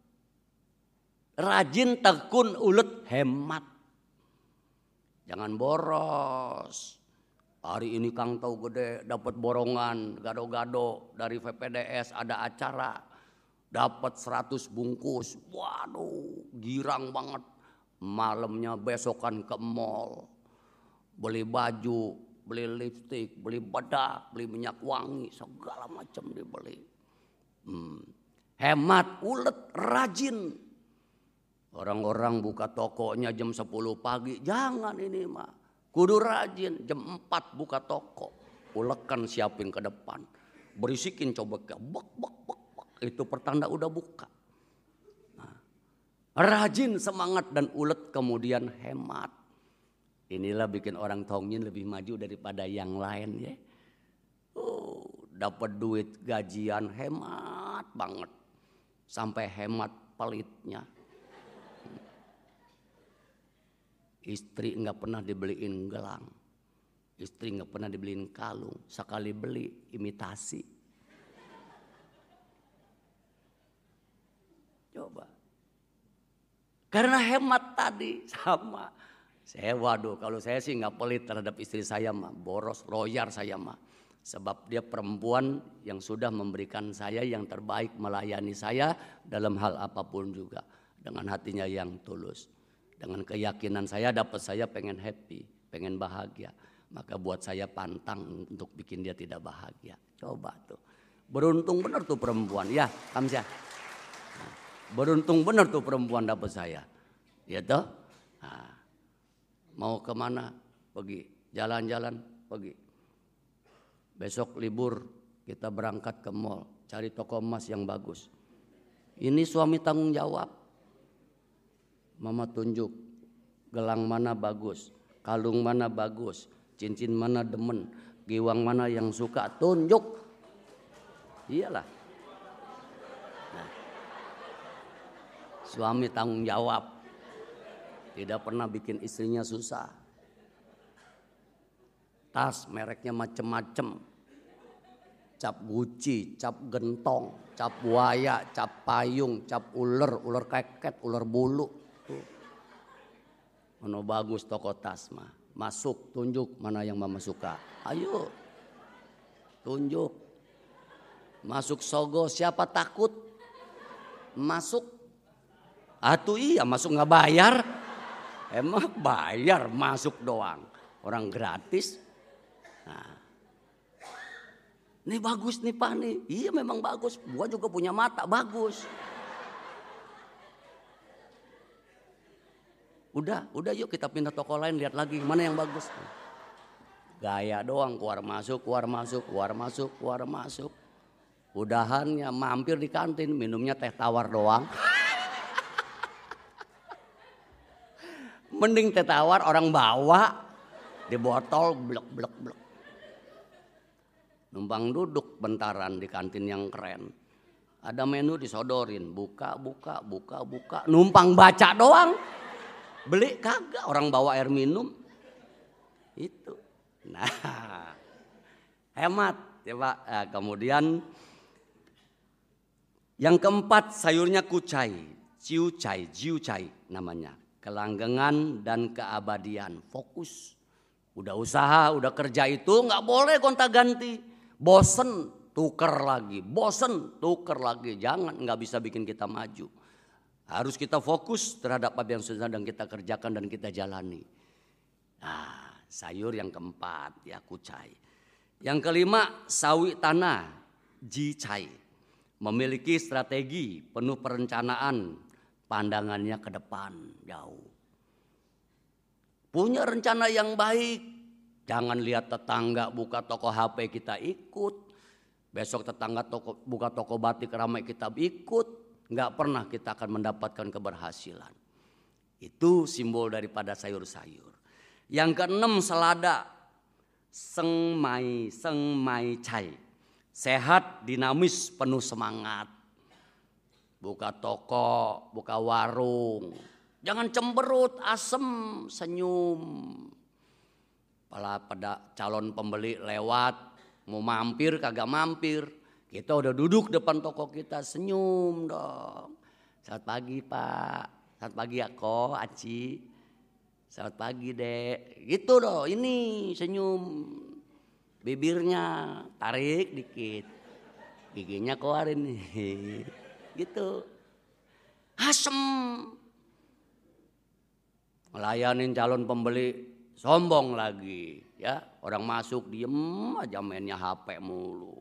A: Rajin, tekun, ulet, hemat. Jangan boros. Hari ini Kang tahu gede dapat borongan gado-gado dari VPDS ada acara. Dapat 100 bungkus. Waduh, girang banget. Malamnya besokan ke mall. Beli baju, beli lipstik, beli bedak, beli minyak wangi, segala macam dibeli. Hemat, ulet, rajin. Orang-orang buka tokonya jam 10 pagi. Jangan ini mah. Kudu rajin. Jam 4 buka toko. Ulekan siapin ke depan. Berisikin coba ke bak. Itu pertanda udah buka. Nah, rajin, semangat dan ulet kemudian hemat. Inilah bikin orang Tongin lebih maju daripada yang lain ya. Dapat duit gajian hemat banget. Sampai hemat pelitnya. Istri nggak pernah dibeliin gelang, istri nggak pernah dibeliin kalung, sekali beli imitasi. Coba, karena hemat tadi sama. Saya waduh, kalau saya sih nggak pelit terhadap istri saya mah, boros, loyal saya mah. Sebab dia perempuan yang sudah memberikan saya yang terbaik, melayani saya dalam hal apapun juga. Dengan hatinya yang tulus. Dengan keyakinan saya dapat saya pengen happy, pengen bahagia. Maka buat saya pantang untuk bikin dia tidak bahagia. Coba tuh. Beruntung benar tuh perempuan. Ya Kamsyah. Beruntung benar tuh perempuan dapat saya. Ya toh. Nah, mau kemana? Pergi. Jalan-jalan pergi. Besok libur kita berangkat ke mall. Cari toko emas yang bagus. Ini suami tanggung jawab. Mama tunjuk gelang mana bagus, kalung mana bagus, cincin mana demen, giwang mana yang suka, tunjuk. Iyalah. Nah, suami tanggung jawab, tidak pernah bikin istrinya susah. Tas mereknya macem-macem, cap Gucci, cap gentong, cap buaya, cap payung, cap ular, ular keket, ular bulu. Mana bagus toko tas mah. Masuk, tunjuk mana yang mama suka. Ayo, tunjuk. Masuk Sogo, siapa takut? Masuk. Atuh iya, masuk nggak bayar. Emang bayar, masuk doang. Orang gratis. Nah. Ini bagus nih Pak nih. Iya memang bagus. Gua juga punya mata, bagus. Udah yuk kita pindah toko lain, lihat lagi mana yang bagus. Gaya doang, keluar masuk, keluar masuk, keluar masuk, keluar masuk. Udahannya mampir di kantin, minumnya teh tawar doang. Mending teh tawar orang bawa di botol blek. Numpang duduk bentaran di kantin yang keren. Ada menu disodorin, buka. Numpang baca doang. Beli kagak, orang bawa air minum. Itu. Nah, hemat ya Pak. Nah, kemudian yang keempat sayurnya kucai, jiucai namanya. Kelanggengan dan keabadian, fokus. Udah usaha, udah kerja itu nggak boleh gonta-ganti. Bosen, tuker lagi. Jangan, nggak bisa bikin kita maju. Harus kita fokus terhadap apa yang sedang kita kerjakan dan kita jalani. Nah, sayur yang keempat ya kucai. Yang kelima sawi tanah, jicai. Memiliki strategi, penuh perencanaan, pandangannya ke depan jauh. Punya rencana yang baik. Jangan lihat tetangga buka toko HP kita ikut. Besok tetangga buka toko batik ramai kita ikut. Nggak pernah kita akan mendapatkan keberhasilan. Itu simbol daripada sayur-sayur. Yang keenam selada, sengmai cai. Sehat, dinamis, penuh semangat. Buka toko, buka warung. Jangan cemberut, asem, senyum. Pada calon pembeli lewat, mau mampir kagak mampir. Kita udah duduk depan toko kita, senyum dong. Selamat pagi Pak, selamat pagi Ako, Aci. Selamat pagi Dek. Gitu dong, ini senyum. Bibirnya tarik dikit. Giginya keluarin nih. Gitu. Asem. Melayanin calon pembeli, sombong lagi. Ya, orang masuk diem aja mainnya HP mulu.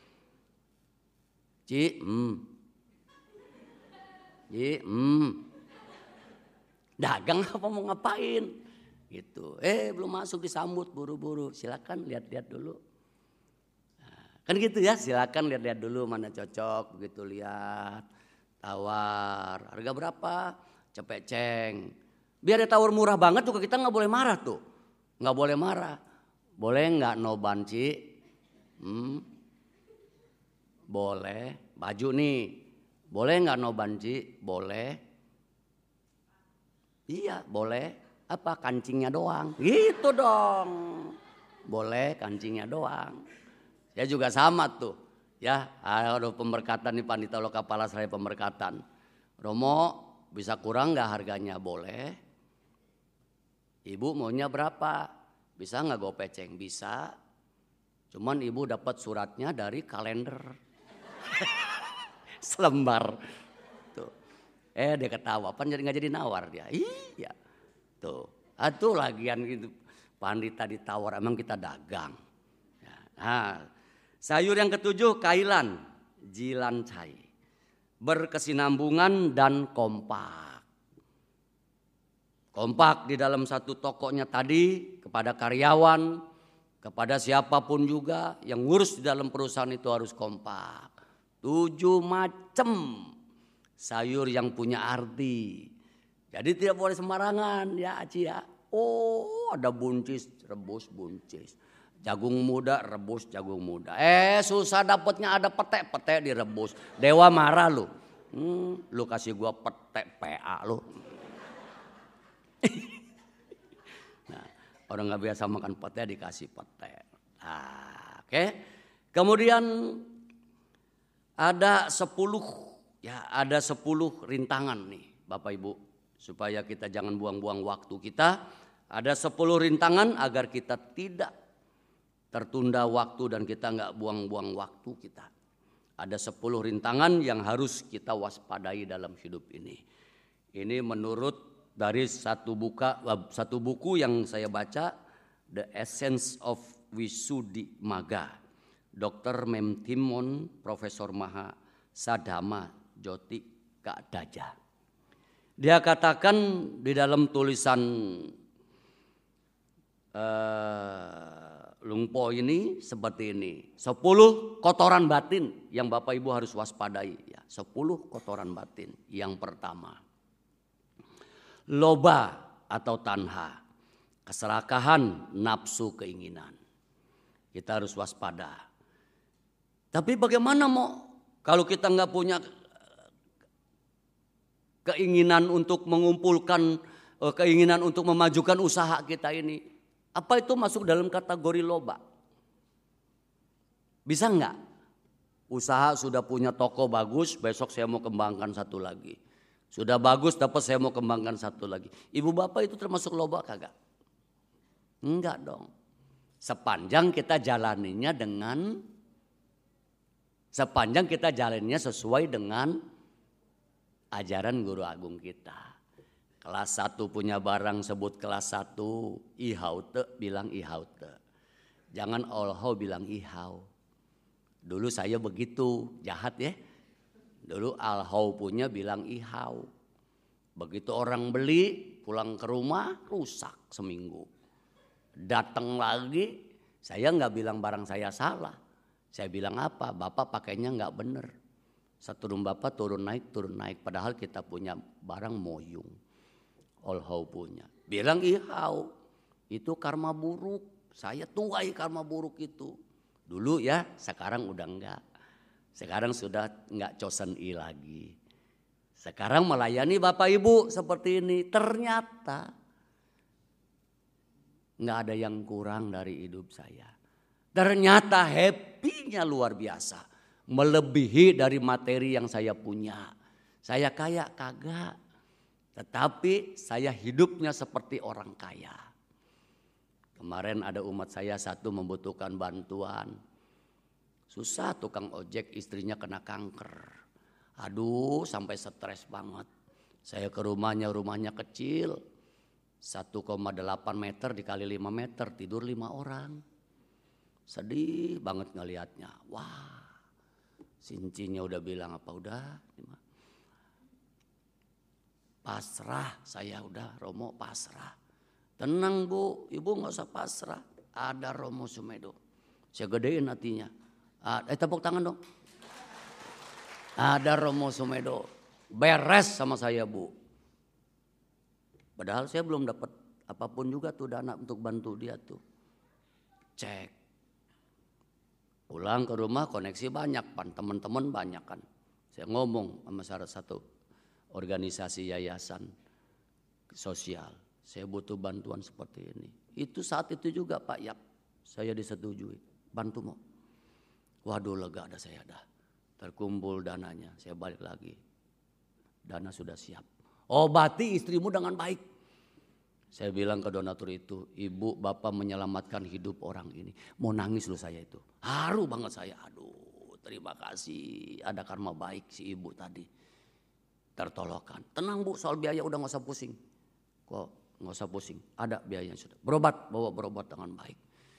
A: Dagang apa mau ngapain? Gitu. Belum masuk disambut buru-buru. Silakan lihat-lihat dulu. Nah, kan gitu ya, silakan lihat-lihat dulu mana cocok, begitu lihat. Tawar, harga berapa? Cepet ceng. Biar dia tawar murah banget juga kita nggak boleh marah tuh. Nggak boleh marah. Boleh nggak no banci? Boleh. Baju nih, boleh nggak no banci? Boleh. Iya boleh. Apa kancingnya doang? Gitu dong. Boleh kancingnya doang. Saya juga sama tuh. Ya, ada pemberkatan nih panitia lokal kepala seraya pemberkatan. Romo bisa kurang nggak harganya? Boleh. Ibu maunya berapa? Bisa nggak gopeceng? Bisa. Cuman ibu dapat suratnya dari kalender. Selembar. Tuh. Dia ketawa. Apa nggak jadi nawar dia? Iya. Tuh. Atuh lagian gitu. Pandita ditawar, emang kita dagang. Nah, sayur yang ketujuh kailan, jilan cai. Berkesinambungan dan kompak. Kompak di dalam satu tokonya tadi kepada karyawan, kepada siapapun juga yang ngurus di dalam perusahaan itu harus kompak. 7 macam sayur yang punya arti. Jadi tidak boleh sembarangan ya Aci ya. Oh ada buncis, rebus buncis. Jagung muda, rebus jagung muda. Susah dapatnya ada petek, petek direbus. Dewa marah lu. Lu kasih gua petek PA lu. Nah, orang gak biasa makan petek dikasih petek. Nah, oke. Kemudian ada 10 rintangan nih Bapak Ibu. Supaya kita jangan buang-buang waktu kita. Ada 10 rintangan agar kita tidak tertunda waktu dan kita nggak buang-buang waktu kita. Ada 10 rintangan yang harus kita waspadai dalam hidup ini. Ini menurut dari satu buku yang saya baca, The Essence of Visuddhimagga, Dr. Memtimon, Profesor Maha Sadhama Joti Kadaja. Dia katakan di dalam tulisan Lungpo ini seperti ini. 10 kotoran batin yang Bapak Ibu harus waspadai. Ya, 10 kotoran batin. Yang pertama, loba atau tanha, keserakahan, nafsu, keinginan. Kita harus waspada. Tapi bagaimana kalau kita nggak punya keinginan untuk mengumpulkan, keinginan untuk memajukan usaha kita ini? Apa itu masuk dalam kategori loba? Bisa enggak? Usaha sudah punya toko bagus, besok saya mau kembangkan satu lagi. Sudah bagus dapat saya mau kembangkan satu lagi. Ibu bapak itu termasuk loba kagak? Enggak dong. Sepanjang kita jalaninya sesuai dengan ajaran guru agung kita. Kelas 1 punya barang sebut kelas 1, ihaute bilang ihaute. Jangan olho bilang ihau. Dulu saya begitu, jahat ya. Dulu alhau punya bilang ihau. Begitu orang beli, pulang ke rumah rusak seminggu. Datang lagi, saya nggak bilang barang saya salah. Saya bilang apa? Bapak pakainya nggak bener. Seturun bapak turun naik. Padahal kita punya barang moyung. Olhau punya. Bilang ihau. Itu karma buruk. Saya tuai karma buruk itu. Dulu ya, sekarang udah enggak. Sekarang sudah enggak cosen i lagi. Sekarang melayani Bapak Ibu seperti ini. Ternyata enggak ada yang kurang dari hidup saya. Ternyata happy-nya luar biasa. Melebihi dari materi yang saya punya. Saya kaya kagak. Tetapi saya hidupnya seperti orang kaya. Kemarin ada umat saya satu membutuhkan bantuan. Susah tukang ojek istrinya kena kanker. Aduh sampai stres banget. Saya ke rumahnya kecil. 1,8 meter dikali 5 meter tidur 5 orang. Sedih banget ngelihatnya. Wah sincinya udah bilang apa udah. Pasrah saya udah Romo pasrah. Tenang Bu, Ibu gak usah pasrah. Ada Romo Sumedo. Saya gedein hatinya. Tepuk tangan dong. Ada Romo Sumedo. Beres sama saya Bu. Padahal saya belum dapat apapun juga tuh dana untuk bantu dia tuh. Cek. Pulang ke rumah koneksi banyak kan. Teman-teman banyak kan. Saya ngomong sama salah satu organisasi yayasan sosial. saya butuh bantuan seperti ini. Itu saat itu juga Pak Yap, saya disetujui, bantu mau. Waduh lega ada saya dah. Terkumpul dananya, saya balik lagi. Dana sudah siap. Obati istrimu dengan baik. Saya bilang ke donatur itu, ibu bapak menyelamatkan hidup orang ini. Mau nangis loh saya itu. Haru banget saya. Aduh terima kasih, ada karma baik si ibu tadi. Tertolongkan. Tenang bu, soal biaya udah gak usah pusing. Kok gak usah pusing, ada biayanya sudah. Berobat, bawa berobat dengan baik.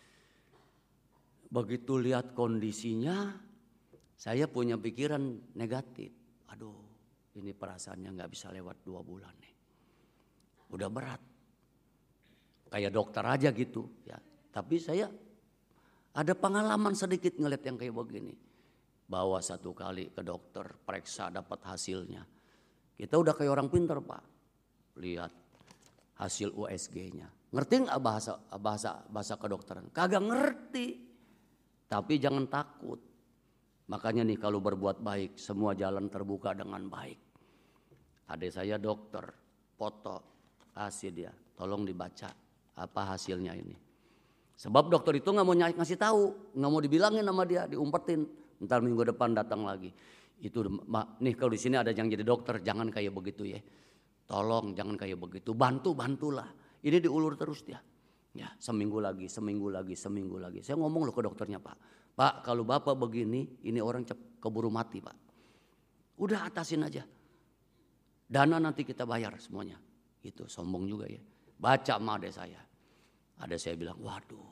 A: Begitu lihat kondisinya, saya punya pikiran negatif. Aduh ini perasaannya gak bisa lewat 2 bulan nih. Udah berat. Kayak dokter aja gitu ya. Tapi saya ada pengalaman sedikit ngeliat yang kayak begini. Bawa 1 kali ke dokter, periksa dapat hasilnya. Kita udah kayak orang pintar Pak. Lihat hasil USG-nya. Ngerti nggak bahasa kedokteran? Kagak ngerti. Tapi jangan takut. Makanya nih kalau berbuat baik, semua jalan terbuka dengan baik. Adik saya dokter, foto, kasih dia, tolong dibaca apa hasilnya ini. Sebab dokter itu nggak mau ngasih tahu, nggak mau dibilangin sama dia, diumpetin. Ntar minggu depan datang lagi. Itu nih kalau di sini ada yang jadi dokter, jangan kayak begitu ya. Tolong jangan kayak begitu, bantulah. Ini diulur terus dia. Ya, seminggu lagi. Saya ngomong loh ke dokternya Pak, kalau bapak begini, ini orang keburu mati Pak. Udah atasin aja. Dana nanti kita bayar semuanya. Itu sombong juga ya. Baca sama adek saya. Adek saya bilang, waduh.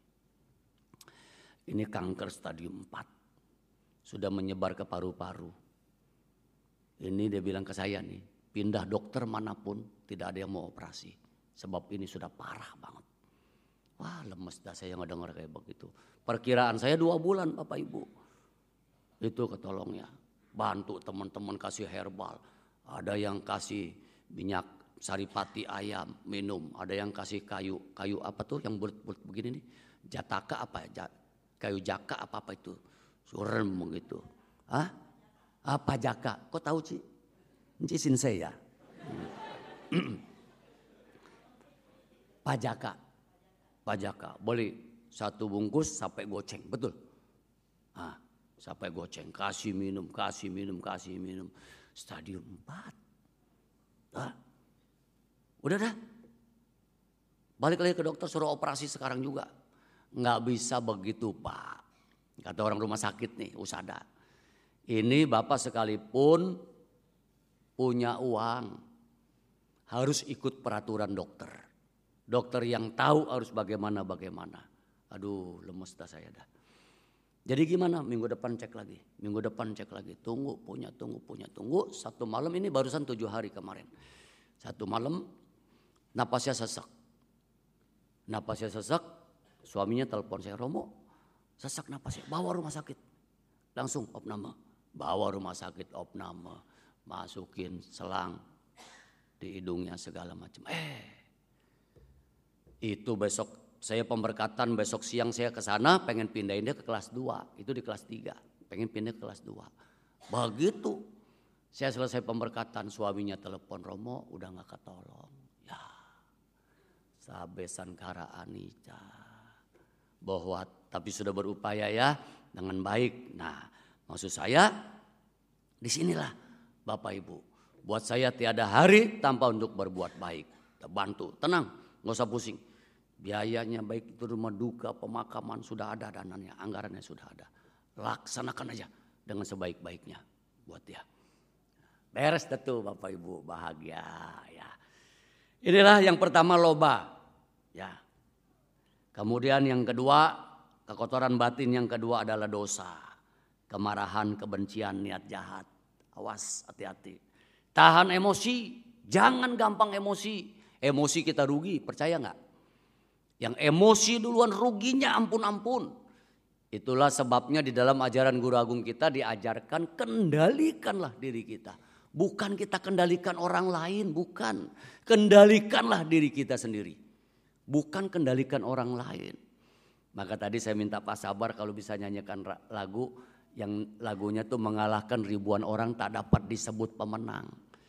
A: Ini kanker stadium 4. Sudah menyebar ke paru-paru. Ini dia bilang ke saya nih, pindah dokter manapun tidak ada yang mau operasi. Sebab ini sudah parah banget. Wah lemes dah saya ngedengar kayak begitu. Perkiraan saya 2 bulan Bapak Ibu. Itu ketolongnya. Bantu teman-teman kasih herbal. Ada yang kasih minyak saripati ayam minum. Ada yang kasih kayu apa tuh yang bulat-bulat begini nih. Jataka apa ya? Kayu jaka apa itu. Surem begitu. Hah? Apa jaka? Kok tahu Ci? Cisin saya. Pajaka. Boleh 1 bungkus sampai goceng. Betul? Sampai goceng. Kasih minum. Stadium 4. Udah dah. Balik lagi ke dokter suruh operasi sekarang juga. Nggak bisa begitu Pak. Kata orang rumah sakit nih, usada. Ini Bapak sekalipun punya uang. Harus ikut peraturan dokter. Dokter yang tahu harus bagaimana. Aduh lemes dah saya dah. Jadi gimana? Minggu depan cek lagi. Tunggu. 1 malam ini barusan 7 hari kemarin. 1 malam napasnya sesak. Suaminya telepon saya, Romo sesak napasnya, bawa rumah sakit. Langsung opname. Bawa rumah sakit opname. Masukin selang di hidungnya segala macam. Itu besok saya pemberkatan, besok siang saya ke sana pengen pindahin dia ke kelas 2. Itu di kelas 3. Pengen pindah ke kelas 2. Begitu saya selesai pemberkatan, suaminya telepon, Romo udah gak ketolong. Ya, sabesan kara anica. Bahwa tapi sudah berupaya ya dengan baik. Nah, maksud saya disinilah Bapak Ibu. Buat saya tiada hari tanpa untuk berbuat baik. Bantu, tenang, gak usah pusing. Biayanya baik itu rumah duka, pemakaman sudah ada dananya, anggarannya sudah ada. Laksanakan aja dengan sebaik-baiknya buat dia. Beres tuh Bapak Ibu, bahagia ya. Inilah yang pertama loba ya. Kemudian yang kedua, kekotoran batin yang kedua adalah dosa. Kemarahan, kebencian, niat jahat. Awas, hati-hati. Tahan emosi, jangan gampang emosi. Emosi kita rugi, percaya gak? Yang emosi duluan ruginya ampun-ampun. Itulah sebabnya di dalam ajaran Guru Agung kita diajarkan kendalikanlah diri kita. Bukan kita kendalikan orang lain, bukan. Kendalikanlah diri kita sendiri. Bukan kendalikan orang lain. Maka tadi saya minta Pak Sabar kalau bisa nyanyikan lagu yang lagunya tuh mengalahkan ribuan orang tak dapat disebut pemenang.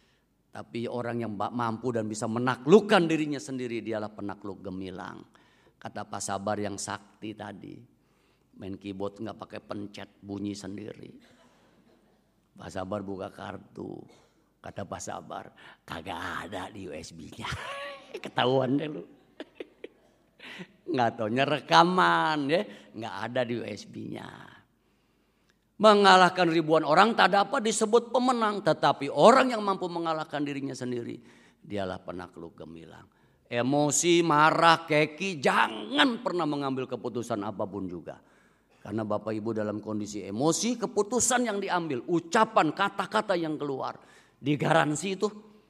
A: Tapi orang yang mampu dan bisa menaklukkan dirinya sendiri dialah penakluk gemilang. Kata Pak Sabar yang sakti tadi. Main keyboard nggak pakai pencet, bunyi sendiri. Pak Sabar buka kartu. Kata Pak Sabar, kagak ada di USB-nya. Ketahuan deh lu. Nggak taunya rekaman ya, nggak ada di USB-nya. Mengalahkan ribuan orang tak dapat disebut pemenang. Tetapi orang yang mampu mengalahkan dirinya sendiri, dialah penakluk gemilang. Emosi, marah, keki, jangan pernah mengambil keputusan apapun juga. Karena Bapak Ibu dalam kondisi emosi, keputusan yang diambil, ucapan, kata-kata yang keluar, digaransi itu.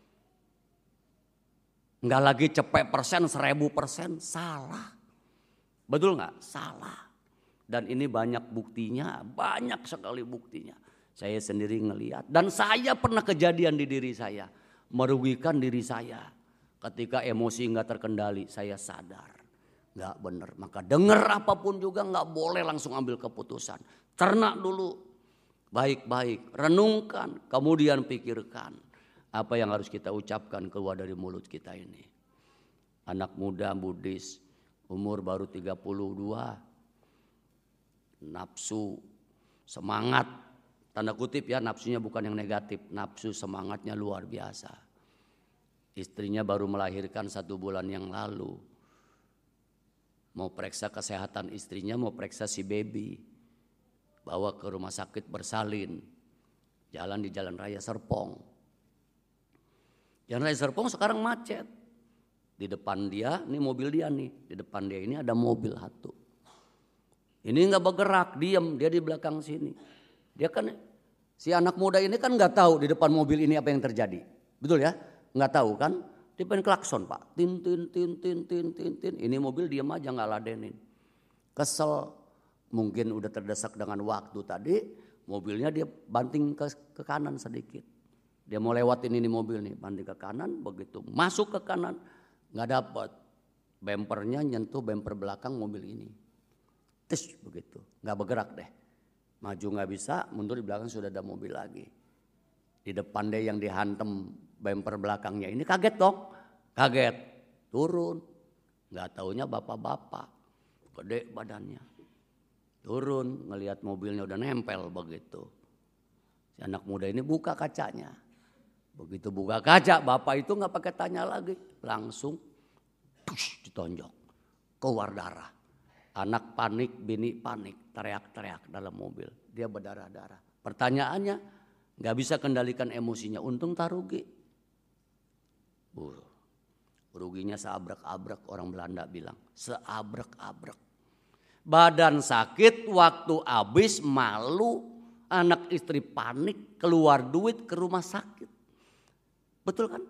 A: Enggak lagi cepet persen, 1000%, salah. Betul nggak? Salah. Dan ini banyak buktinya, banyak sekali buktinya. Saya sendiri ngelihat dan saya pernah kejadian di diri saya, merugikan diri saya. Ketika emosi nggak terkendali, saya sadar nggak benar. Maka dengar apapun juga nggak boleh langsung ambil keputusan. Cerna dulu, baik-baik, renungkan, kemudian pikirkan apa yang harus kita ucapkan keluar dari mulut kita ini. Anak muda Buddhis, umur baru 32. Nafsu, semangat, tanda kutip ya, nafsunya bukan yang negatif, nafsu semangatnya luar biasa. Istrinya baru melahirkan 1 bulan yang lalu. Mau periksa kesehatan istrinya, mau periksa si baby. Bawa ke rumah sakit bersalin. Jalan di Jalan Raya Serpong. Jalan Raya Serpong sekarang macet. Di depan dia, ini mobil dia nih. Di depan dia ini ada mobil satu. Ini nggak bergerak, diam, dia di belakang sini. Dia kan, si anak muda ini kan nggak tahu di depan mobil ini apa yang terjadi, betul ya? Nggak tahu kan? Dia pengen klakson pak, tin tin tin tin tin tin tin. Ini mobil diam aja nggak ladenin. Kesel, mungkin udah terdesak dengan waktu tadi, mobilnya dia banting ke kanan sedikit. Dia mau lewatin ini mobil nih, banting ke kanan, begitu masuk ke kanan nggak dapat, bempernya nyentuh bemper belakang mobil ini. Tes begitu, nggak bergerak deh, maju nggak bisa, mundur di belakang sudah ada mobil lagi. Di depan deh yang dihantem bemper belakangnya ini kaget dong, kaget, turun, nggak taunya bapak-bapak, gede badannya, turun ngelihat mobilnya udah nempel begitu. Si anak muda ini buka kacanya, begitu buka kaca bapak itu nggak pakai tanya lagi, langsung ditonjok, keluar darah. Anak panik, bini panik, teriak-teriak dalam mobil. Dia berdarah-darah. Pertanyaannya, gak bisa kendalikan emosinya. Untung tak rugi. Ruginya seabrek-abrek, orang Belanda bilang. Seabrek-abrek. Badan sakit, waktu habis, malu. Anak istri panik, keluar duit ke rumah sakit. Betul kan?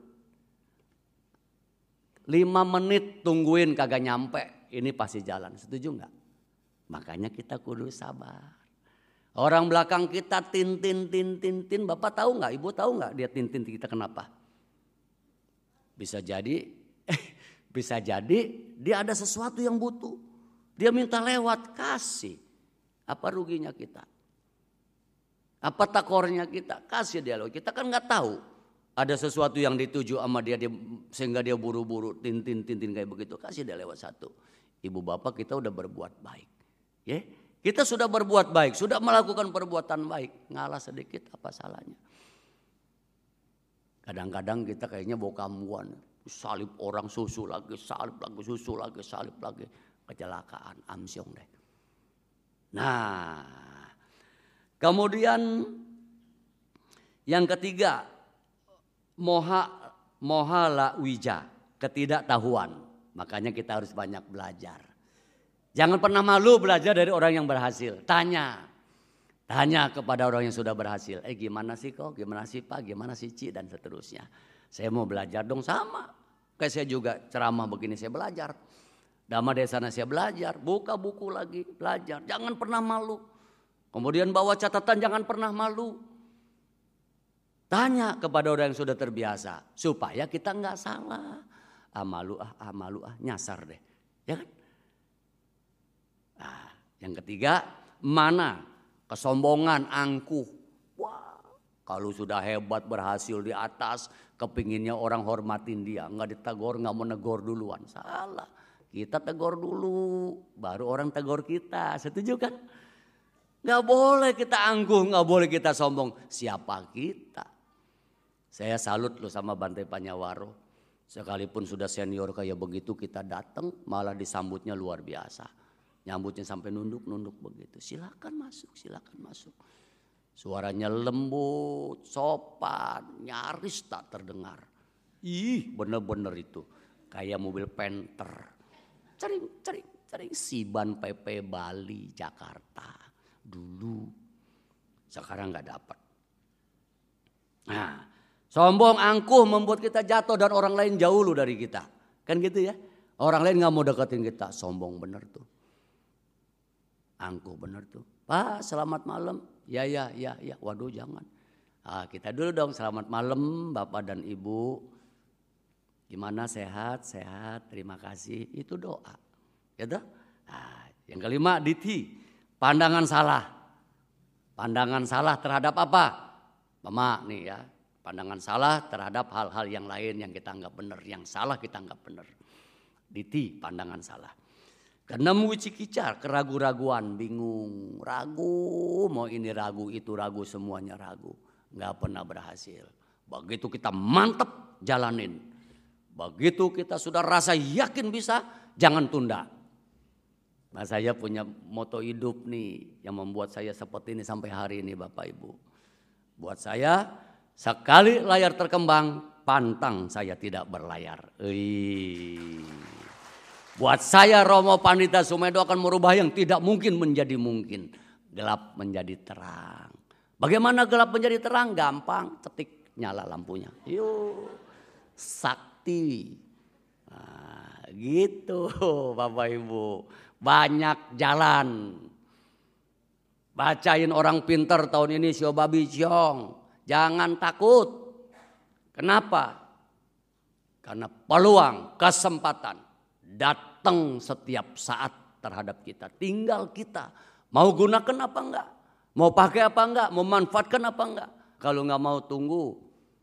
A: 5 menit tungguin kagak nyampe. Ini pasti jalan, setuju nggak? Makanya kita kudu sabar. Orang belakang kita tin. Bapak tahu nggak? Ibu tahu nggak dia tin kita kenapa? Bisa jadi dia ada sesuatu yang butuh. Dia minta lewat, kasih. Apa ruginya kita? Apa takornya kita? Kasih dia lewat. Kita kan nggak tahu. Ada sesuatu yang dituju sama dia sehingga dia buru-buru tin kayak begitu. Kasih dia lewat satu. Ibu bapak kita udah berbuat baik. Ya, kita sudah berbuat baik, sudah melakukan perbuatan baik. Ngalah sedikit apa salahnya? Kadang-kadang kita kayaknya bawa kambuan. Salib orang susu lagi, salib lagi, susu lagi, salib lagi. Kecelakaan, amsyong deh. Nah, kemudian yang ketiga, moha la wija, ketidaktahuan. Makanya kita harus banyak belajar. Jangan pernah malu belajar dari orang yang berhasil. Tanya kepada orang yang sudah berhasil. Gimana sih kok, gimana sih pak, gimana sih Ci, dan seterusnya. Saya mau belajar dong sama. Kayak saya juga ceramah begini saya belajar. Dhamma Desana saya belajar. Buka buku lagi, belajar. Jangan pernah malu. Kemudian bawa catatan, jangan pernah malu. Tanya kepada orang yang sudah terbiasa. Supaya kita nggak salah. Malu nyasar deh, ya kan? Nah, yang ketiga, mana kesombongan, angkuh. Wah, Kalau sudah hebat berhasil di atas, kepinginnya orang hormatin dia. Nggak ditegur, nggak mau negor duluan. Salah. Kita tegur dulu, baru orang tegur kita. Setuju kan? Nggak boleh kita angkuh, nggak boleh kita sombong. Siapa kita? Saya salut loh sama Bante Panyawaro. Sekalipun sudah senior kayak begitu, kita datang malah disambutnya luar biasa. Nyambutnya sampai nunduk-nunduk begitu. Silakan masuk, silakan masuk. Suaranya lembut, sopan, nyaris tak terdengar. Ih, bener-bener itu. Kayak mobil Panther. Cering, Siban PP Bali, Jakarta. Dulu. Sekarang gak dapat. Nah, sombong, angkuh membuat kita jatuh dan orang lain jauh loh dari kita. Kan gitu ya. Orang lain gak mau deketin kita. Sombong bener tuh. Angkuh bener tuh. Pak, selamat malam. Ya. Waduh, jangan. Kita dulu dong, selamat malam Bapak dan Ibu. Gimana, sehat? Sehat, terima kasih. Itu doa. Gitu? Yang kelima, diti. Pandangan salah. Pandangan salah terhadap apa? Mama nih ya. Pandangan salah terhadap hal-hal yang lain yang kita anggap benar. Yang salah kita anggap benar. Diti, pandangan salah. Keenam, wicikicar, keragu-raguan, bingung, ragu, mau ini ragu, itu ragu, semuanya ragu. Nggak pernah berhasil. Begitu kita mantep jalanin. Begitu kita sudah rasa yakin bisa, jangan tunda. Nah, saya punya moto hidup nih yang membuat saya seperti ini sampai hari ini Bapak Ibu. Buat saya, sekali layar terkembang, pantang saya tidak berlayar. Buat saya Romo Pandita Sumedo akan merubah yang tidak mungkin menjadi mungkin. Gelap menjadi terang. Bagaimana gelap menjadi terang? Gampang, ketik nyala lampunya. Yuk, sakti. Nah, gitu Bapak Ibu. Banyak jalan. Bacain orang pinter tahun ini Sio Babi Ciong. Jangan takut. Kenapa? Karena peluang, kesempatan datang setiap saat terhadap kita. Tinggal kita mau gunakan apa enggak, mau pakai apa enggak, mau manfaatkan apa enggak. Kalau enggak mau tunggu,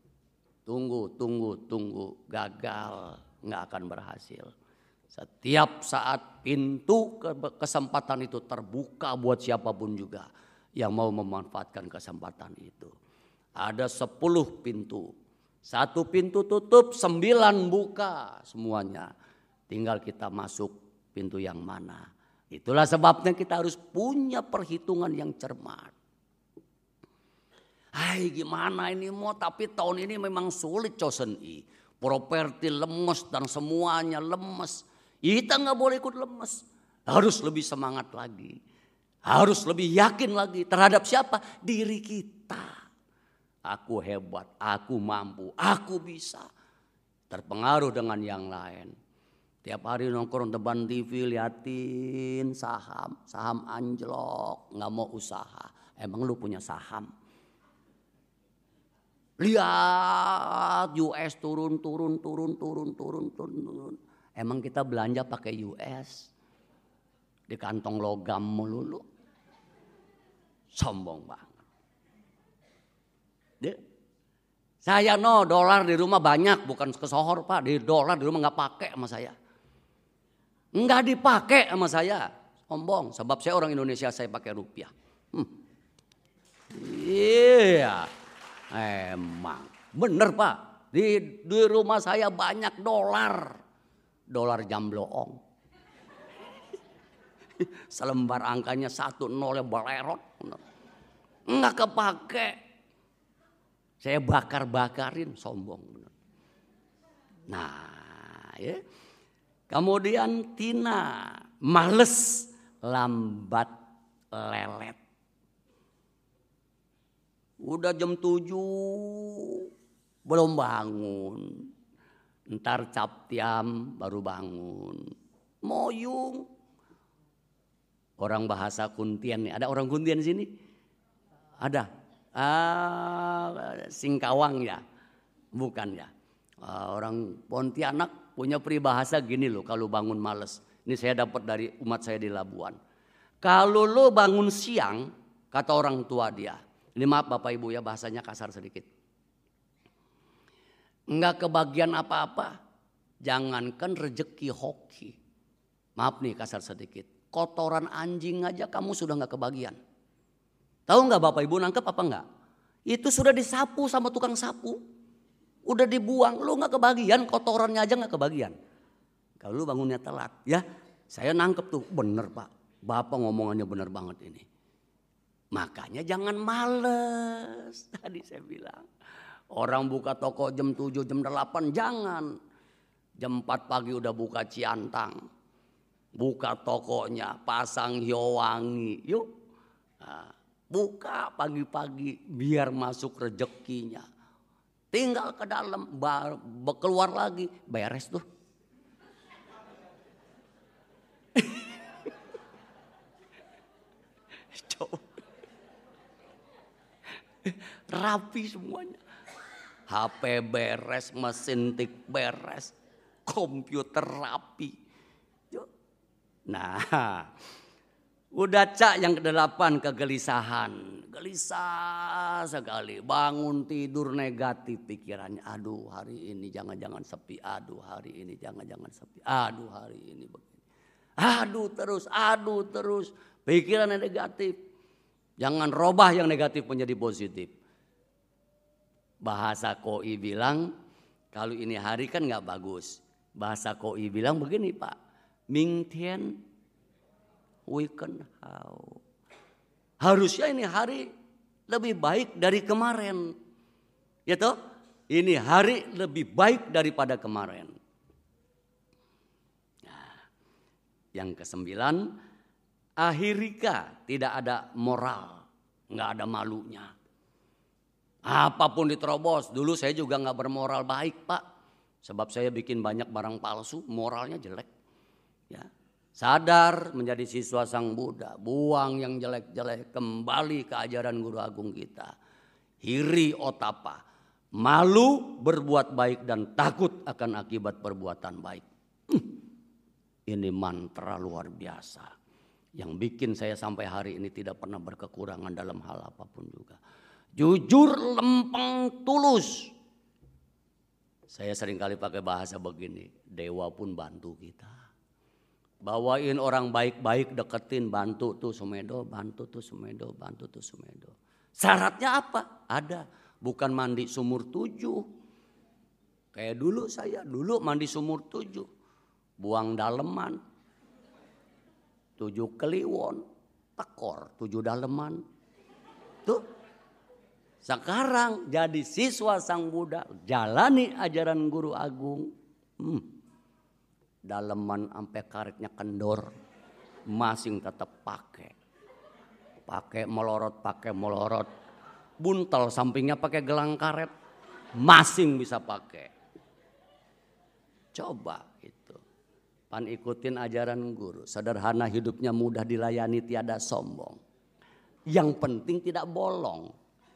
A: gagal, enggak akan berhasil. Setiap saat pintu kesempatan itu terbuka buat siapapun juga yang mau memanfaatkan kesempatan itu. Ada 10 pintu. 1 pintu tutup, 9 buka semuanya. Tinggal kita masuk pintu yang mana. Itulah sebabnya kita harus punya perhitungan yang cermat. Hai, gimana ini mau, tapi tahun ini memang sulit Chosen I. Properti lemes dan semuanya lemes. Kita gak boleh ikut lemes. Harus lebih semangat lagi. Harus lebih yakin lagi terhadap siapa? Diri kita. Aku hebat, aku mampu, aku bisa. Terpengaruh dengan yang lain. Tiap hari nongkrong depan TV liatin saham anjlok, nggak mau usaha. Emang lu punya saham? Lihat US turun. Emang kita belanja pakai US? Di kantong logam melulu. Sombong banget. Saya dolar di rumah banyak, bukan kesohor Pak. Di dolar di rumah nggak pakai sama saya. Nggak dipakai sama saya. Sombong, sebab saya orang Indonesia, saya pakai rupiah. Iya, emang bener Pak. Di rumah saya banyak dolar jambloong. Selembar angkanya 10 ya balerot. Nggak kepake. Saya bakar-bakarin, sombong. Nah, ya. Kemudian Tina, males, lambat, lelet. Udah jam 7 belum bangun. Ntar captiam baru bangun. Moyung. Orang bahasa Kuntian nih. Ada orang Kuntian di sini? Ada. Singkawang ya, bukan ya. Orang Pontianak punya peribahasa gini loh, kalau bangun males. Ini saya dapat dari umat saya di Labuan. Kalau lo bangun siang, kata orang tua dia, Ini maaf Bapak Ibu ya, bahasanya kasar sedikit. Enggak kebagian apa-apa, jangankan rejeki hoki. Maaf nih kasar sedikit, kotoran anjing aja kamu sudah enggak kebagian. Tahu enggak Bapak Ibu nangkep apa enggak? Itu sudah disapu sama tukang sapu. Udah dibuang, lu enggak kebagian, kotorannya aja enggak kebagian. Kalau lu bangunnya telat ya, saya nangkep tuh, bener Pak. Bapak ngomongannya bener banget ini. Makanya jangan males, tadi saya bilang. Orang buka toko jam 7, jam 8, jangan. Jam 4 pagi udah buka ciantang. Buka tokonya, pasang hiowangi, yuk. Nah, buka pagi-pagi biar masuk rezekinya. Tinggal ke dalam, keluar lagi, beres tuh. Rapi semuanya. HP beres, mesin tik beres, komputer rapi. Nah, udah Cak yang ke-8 kegelisahan. Gelisah sekali, bangun tidur negatif pikirannya. Aduh hari ini jangan-jangan sepi, aduh hari ini jangan-jangan sepi, aduh hari ini begini. Aduh terus, pikirannya negatif. Jangan robah yang negatif menjadi positif. Bahasa Koi bilang kalau ini hari kan gak bagus. Bahasa Koi bilang begini Pak. Mingtian weekend how. Harusnya ini hari lebih baik dari kemarin. Ya toh? Ini hari lebih baik daripada kemarin. Nah, yang ke-9. Akhirika tidak ada moral. Gak ada malunya. Apapun diterobos. Dulu saya juga gak bermoral baik Pak. Sebab saya bikin banyak barang palsu. Moralnya jelek. Ya. Sadar menjadi siswa Sang Buddha. Buang yang jelek-jelek. Kembali ke ajaran Guru Agung kita. Hiri otapa. Malu berbuat baik dan takut akan akibat perbuatan baik. Ini mantra luar biasa. Yang bikin saya sampai hari ini tidak pernah berkekurangan dalam hal apapun juga. Jujur, lempeng, tulus. Saya seringkali pakai bahasa begini. Dewa pun bantu kita. Bawain orang baik-baik, deketin, bantu tuh Sumedo, bantu tuh Sumedo, bantu tuh Sumedo. Syaratnya apa? Ada. Bukan mandi sumur 7. Kayak dulu saya, mandi sumur 7. Buang daleman. 7 kliwon, tekor, 7 daleman. Tuh. Sekarang jadi siswa Sang Buddha, jalani ajaran Guru Agung. Daleman sampai karetnya kendor, masing tetap pakai. Pakai melorot. Buntel sampingnya pakai gelang karet, masing bisa pakai. Coba itu. Pan ikutin ajaran guru. Sederhana hidupnya mudah dilayani tiada sombong. Yang penting tidak bolong.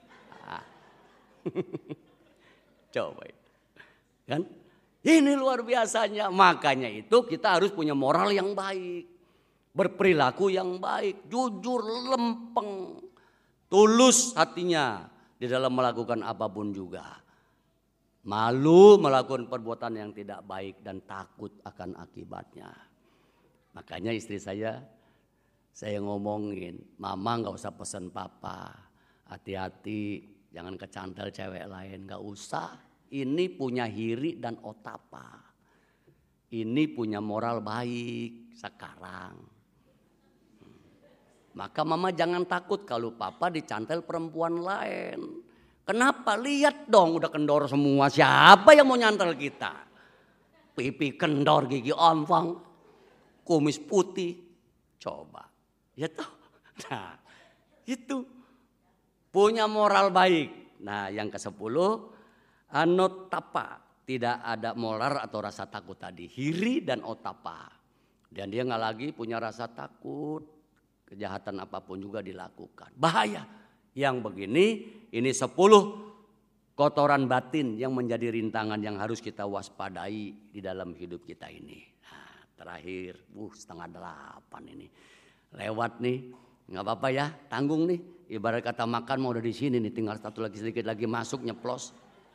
A: Coba itu. Kan? Ini luar biasanya. Makanya itu kita harus punya moral yang baik. Berperilaku yang baik. Jujur, lempeng. Tulus hatinya di dalam melakukan apapun juga. Malu melakukan perbuatan yang tidak baik dan takut akan akibatnya. Makanya istri saya ngomongin, mama gak usah pesen papa. Hati-hati jangan kecantel cewek lain, gak usah. Ini punya hiri dan otapa. Ini punya moral baik sekarang. Maka mama jangan takut kalau papa dicantel perempuan lain. Kenapa? Lihat dong udah kendor semua. Siapa yang mau nyantel kita? Pipi kendor, gigi ompong, kumis putih. Coba. Ya toh. Nah itu. Punya moral baik. Nah yang ke-10. Anotapa. Tidak ada moral atau rasa takut tadi. Hiri dan otapa. Dan dia gak lagi punya rasa takut. Kejahatan apapun juga dilakukan. Bahaya. Yang begini, ini 10 kotoran batin yang menjadi rintangan yang harus kita waspadai di dalam hidup kita ini. Nah, terakhir, 7:30 ini. Lewat nih, gak apa-apa ya, tanggung nih. Ibarat kata makan mau udah di sini nih, tinggal satu lagi sedikit lagi masuk nyeplos.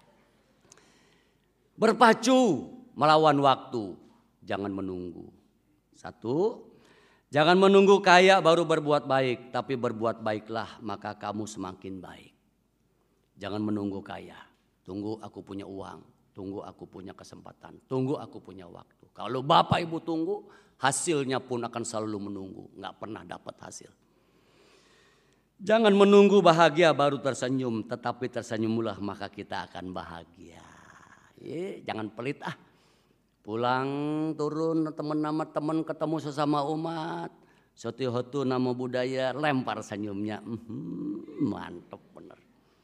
A: Berpacu melawan waktu, jangan menunggu. Satu, jangan menunggu kaya baru berbuat baik, tapi berbuat baiklah maka kamu semakin baik. Jangan menunggu kaya, tunggu aku punya uang, tunggu aku punya kesempatan, tunggu aku punya waktu. Kalau Bapak Ibu tunggu, hasilnya pun akan selalu menunggu, nggak pernah dapat hasil. Jangan menunggu bahagia baru tersenyum, tetapi tersenyumlah maka kita akan bahagia. Jangan pelit pulang turun teman nama teman ketemu sesama umat, sotihotu nama budaya lempar senyumnya, mantap bener.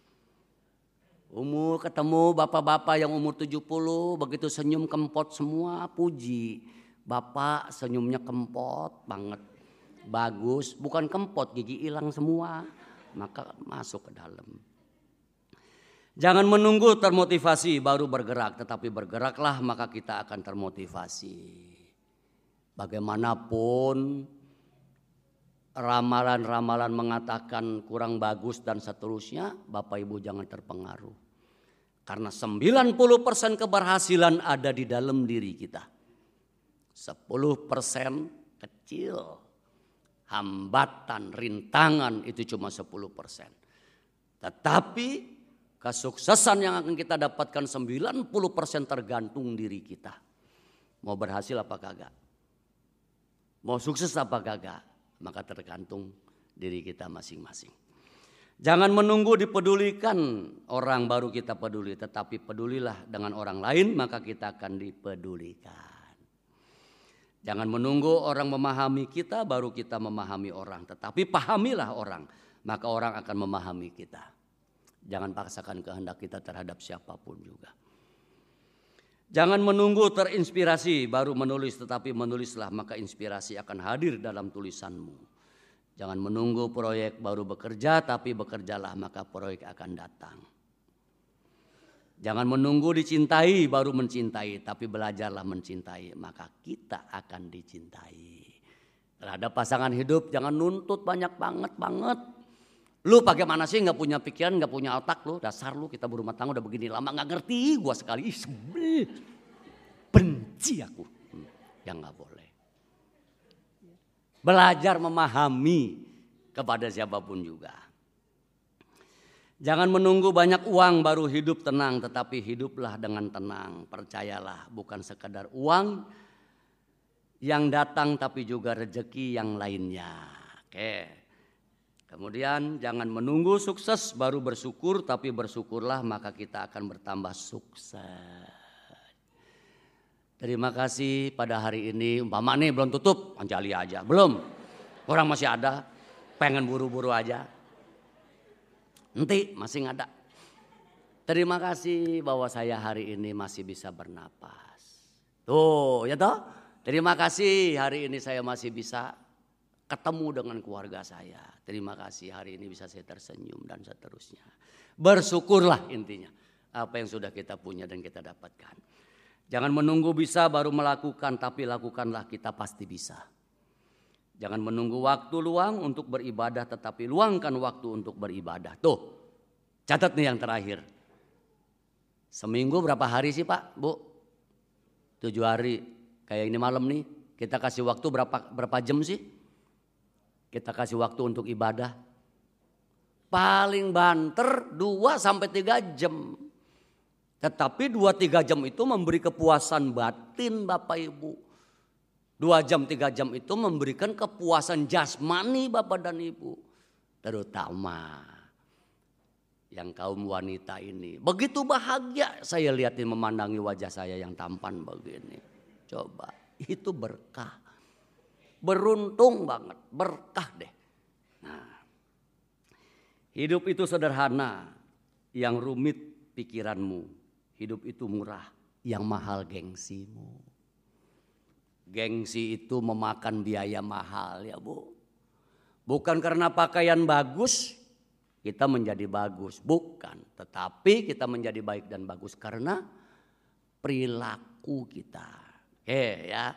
A: Umur ketemu bapak-bapak yang umur 70 begitu senyum kempot semua puji. Bapak senyumnya kempot banget. Bagus, bukan kempot gigi hilang semua. Maka masuk ke dalam. Jangan menunggu termotivasi baru bergerak, tetapi bergeraklah maka kita akan termotivasi. Bagaimanapun ramalan-ramalan mengatakan kurang bagus dan seterusnya, Bapak Ibu jangan terpengaruh. Karena 90% keberhasilan ada di dalam diri kita. 10% kecil. Hambatan, rintangan itu cuma 10%. Tetapi kesuksesan yang akan kita dapatkan 90% tergantung diri kita. Mau berhasil apa kagak? Mau sukses apa kagak? Maka tergantung diri kita masing-masing. Jangan menunggu dipedulikan orang baru kita peduli. Tetapi pedulilah dengan orang lain maka kita akan dipedulikan. Jangan menunggu orang memahami kita baru kita memahami orang. Tetapi pahamilah orang maka orang akan memahami kita. Jangan paksakan kehendak kita terhadap siapapun juga. Jangan menunggu terinspirasi baru menulis, tetapi menulislah maka inspirasi akan hadir dalam tulisanmu. Jangan menunggu proyek baru bekerja, tapi bekerjalah maka proyek akan datang. Jangan menunggu dicintai baru mencintai, tapi belajarlah mencintai maka kita akan dicintai. Terhadap pasangan hidup jangan nuntut banyak banget. Lu bagaimana sih nggak punya pikiran, nggak punya otak lu, dasar lu kita berumah tangga udah begini lama nggak ngerti gua sekali, benci aku, yang nggak boleh. Belajar memahami kepada siapapun juga. Jangan menunggu banyak uang baru hidup tenang, tetapi hiduplah dengan tenang. Percayalah bukan sekadar uang yang datang tapi juga rezeki yang lainnya. Oke. Kemudian jangan menunggu sukses baru bersyukur, tapi bersyukurlah maka kita akan bertambah sukses. Terima kasih pada hari ini. Umpama nih belum tutup, anjali aja. Belum, orang masih ada, pengen buru-buru aja. Nanti masih ada. Terima kasih bahwa saya hari ini masih bisa bernapas. Tuh, ya toh. Terima kasih hari ini saya masih bisa ketemu dengan keluarga saya. Terima kasih hari ini bisa saya tersenyum dan seterusnya. Bersyukurlah intinya apa yang sudah kita punya dan kita dapatkan. Jangan menunggu bisa baru melakukan, tapi lakukanlah kita pasti bisa. Jangan menunggu waktu luang untuk beribadah, tetapi luangkan waktu untuk beribadah. Tuh, catat nih yang terakhir. Seminggu berapa hari sih Pak, Bu? 7 hari. Kayak ini malam nih, kita kasih waktu berapa jam sih? Kita kasih waktu untuk ibadah. Paling banter 2-3 jam. Tetapi 2-3 jam itu memberi kepuasan batin Bapak Ibu. 2 jam 3 jam itu memberikan kepuasan jasmani Bapak dan Ibu. Terutama yang kaum wanita ini. Begitu bahagia saya lihatin memandangi wajah saya yang tampan begini. Coba itu berkah. Beruntung banget, berkah deh. Nah, hidup itu sederhana, yang rumit pikiranmu. Hidup itu murah, yang mahal gengsimu. Gengsi itu memakan biaya mahal ya Bu. Bukan karena pakaian bagus kita menjadi bagus, bukan. Tetapi kita menjadi baik dan bagus karena perilaku kita. Oke ya.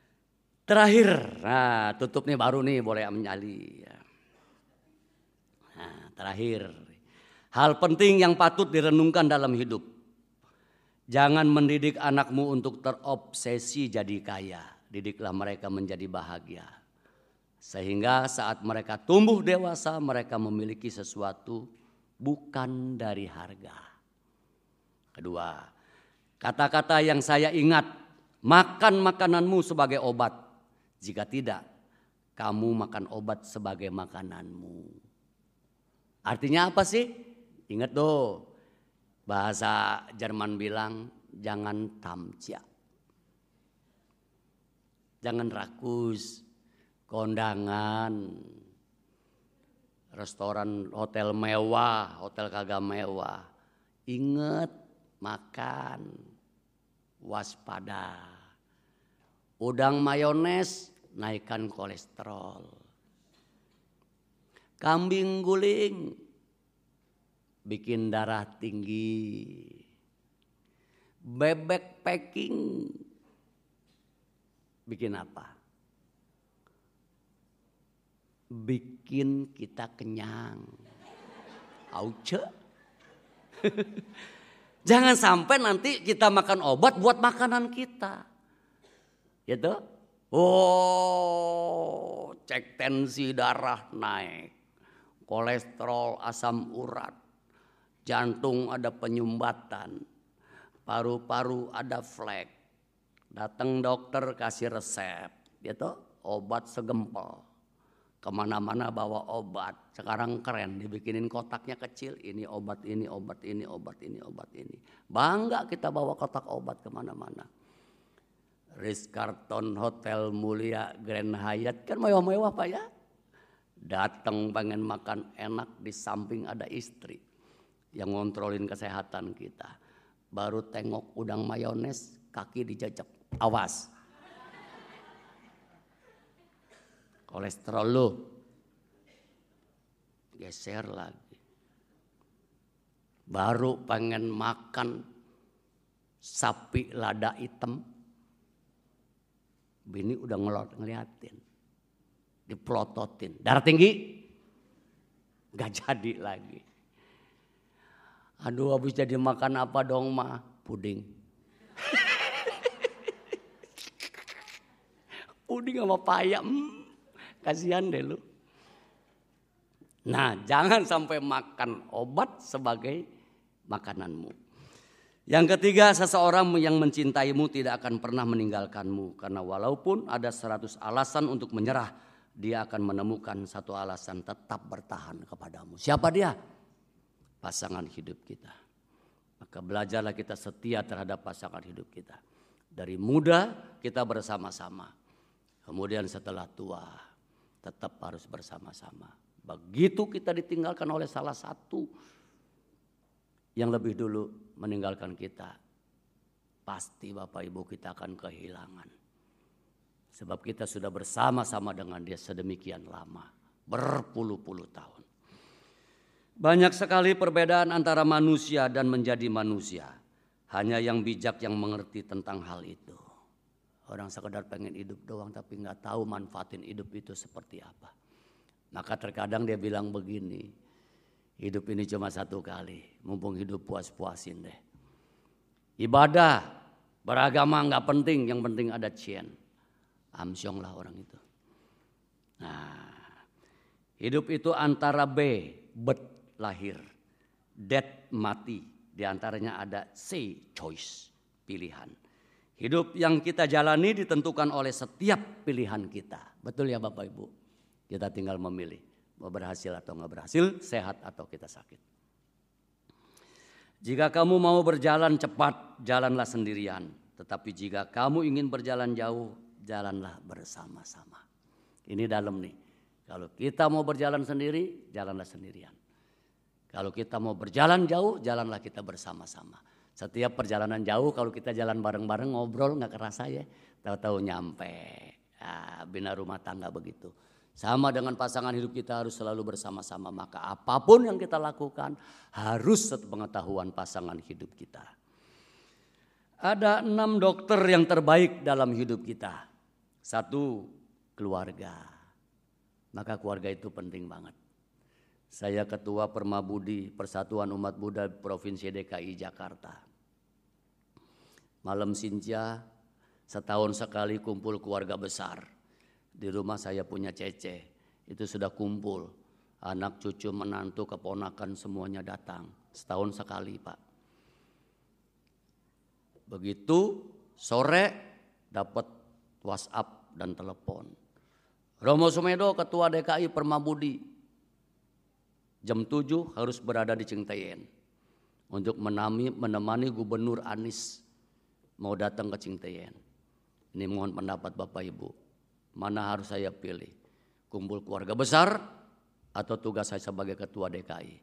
A: Terakhir, nah tutup nih baru nih boleh menyali. Nah, terakhir, hal penting yang patut direnungkan dalam hidup. Jangan mendidik anakmu untuk terobsesi jadi kaya. Didiklah mereka menjadi bahagia. Sehingga saat mereka tumbuh dewasa, mereka memiliki sesuatu bukan dari harga. Kedua, kata-kata yang saya ingat, makan makananmu sebagai obat. Jika tidak, kamu makan obat sebagai makananmu. Artinya apa sih? Ingat tuh, bahasa Jerman bilang jangan tamcia. Jangan rakus, kondangan, restoran, hotel mewah, hotel kagak mewah. Ingat, makan, waspada. Udang mayones, naikkan kolesterol. Kambing guling, bikin darah tinggi. Bebek packing, bikin apa? Bikin kita kenyang. Auce. Jangan sampai nanti kita makan obat buat makanan kita. Gitu? Oh, cek tensi darah naik. Kolesterol, asam urat. Jantung ada penyumbatan. Paru-paru ada flek. Datang dokter kasih resep. Gitu? Obat segempel. Kemana-mana bawa obat. Sekarang keren, dibikinin kotaknya kecil. Ini obat, ini obat, ini obat, ini obat, ini. Bangga kita bawa kotak obat kemana-mana. Ritz-Carlton, Hotel Mulia, Grand Hyatt. Kan mewah-mewah Pak ya. Datang pengen makan enak, di samping ada istri. Yang ngontrolin kesehatan kita. Baru tengok udang mayones, kaki dijajak. Awas. Kolesterol lu geser lagi. Baru pengen makan sapi lada hitam, bini udah ngeliatin, dipelototin, darah tinggi, gak jadi lagi. Aduh, habis jadi makan apa dong ma? Puding. Puding sama payam. Kasihan deh lu. Nah, jangan sampai makan obat sebagai makananmu. Yang ketiga, seseorang yang mencintaimu tidak akan pernah meninggalkanmu. Karena walaupun ada 100 alasan untuk menyerah, dia akan menemukan satu alasan tetap bertahan kepadamu. Siapa dia? Pasangan hidup kita. Maka belajarlah kita setia terhadap pasangan hidup kita. Dari muda kita bersama-sama. Kemudian setelah tua, tetap harus bersama-sama. Begitu kita ditinggalkan oleh salah satu yang lebih dulu meninggalkan kita, pasti Bapak Ibu kita akan kehilangan. Sebab kita sudah bersama-sama dengan dia sedemikian lama, berpuluh-puluh tahun. Banyak sekali perbedaan antara manusia dan menjadi manusia. Hanya yang bijak yang mengerti tentang hal itu. Orang sekedar pengen hidup doang tapi gak tahu manfaatin hidup itu seperti apa. Maka terkadang dia bilang begini, hidup ini cuma satu kali, mumpung hidup puas-puasin deh. Ibadah, beragama gak penting, yang penting ada cien. Amsyong lah orang itu. Nah, hidup itu antara bet lahir, death mati. Di antaranya ada C choice, pilihan. Hidup yang kita jalani ditentukan oleh setiap pilihan kita. Betul ya Bapak Ibu? Kita tinggal memilih. Mau berhasil atau nggak berhasil, sehat atau kita sakit. Jika kamu mau berjalan cepat, jalanlah sendirian. Tetapi jika kamu ingin berjalan jauh, jalanlah bersama-sama. Ini dalam nih. Kalau kita mau berjalan sendiri, jalanlah sendirian. Kalau kita mau berjalan jauh, jalanlah kita bersama-sama. Setiap perjalanan jauh kalau kita jalan bareng-bareng ngobrol gak kerasa ya. Tahu-tahu nyampe. Nah, bina rumah tangga begitu. Sama dengan pasangan hidup kita harus selalu bersama-sama. Maka apapun yang kita lakukan harus sepengetahuan pasangan hidup kita. Ada 6 dokter yang terbaik dalam hidup kita. 1, keluarga. Maka keluarga itu penting banget. Saya Ketua Permabudi Persatuan Umat Buddha Provinsi DKI Jakarta. Malam Sinja, setahun sekali kumpul keluarga besar. Di rumah saya punya Cece, itu sudah kumpul. Anak, cucu, menantu, keponakan semuanya datang. Setahun sekali, Pak. Begitu sore dapat WhatsApp dan telepon. Romo Sumedo, Ketua DKI Permabudi, jam 7 harus berada di Cingteyen untuk menemani Gubernur Anies mau datang ke Cingteyen. Ini mohon pendapat Bapak Ibu, mana harus saya pilih? Kumpul keluarga besar atau tugas saya sebagai Ketua DKI?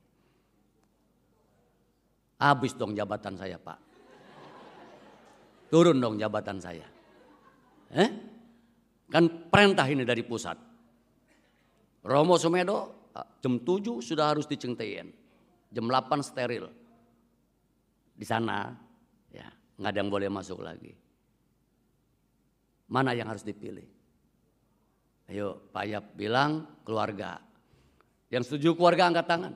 A: Habis dong jabatan saya, Pak. Turun dong jabatan saya. Kan perintah ini dari pusat. Romo Sumedo jam 7 sudah harus di Cingteyen. Jam 8 steril. Di sana ya, nggak ada yang boleh masuk lagi. Mana yang harus dipilih? Ayo Pak Yap bilang keluarga. Yang setuju keluarga angkat tangan.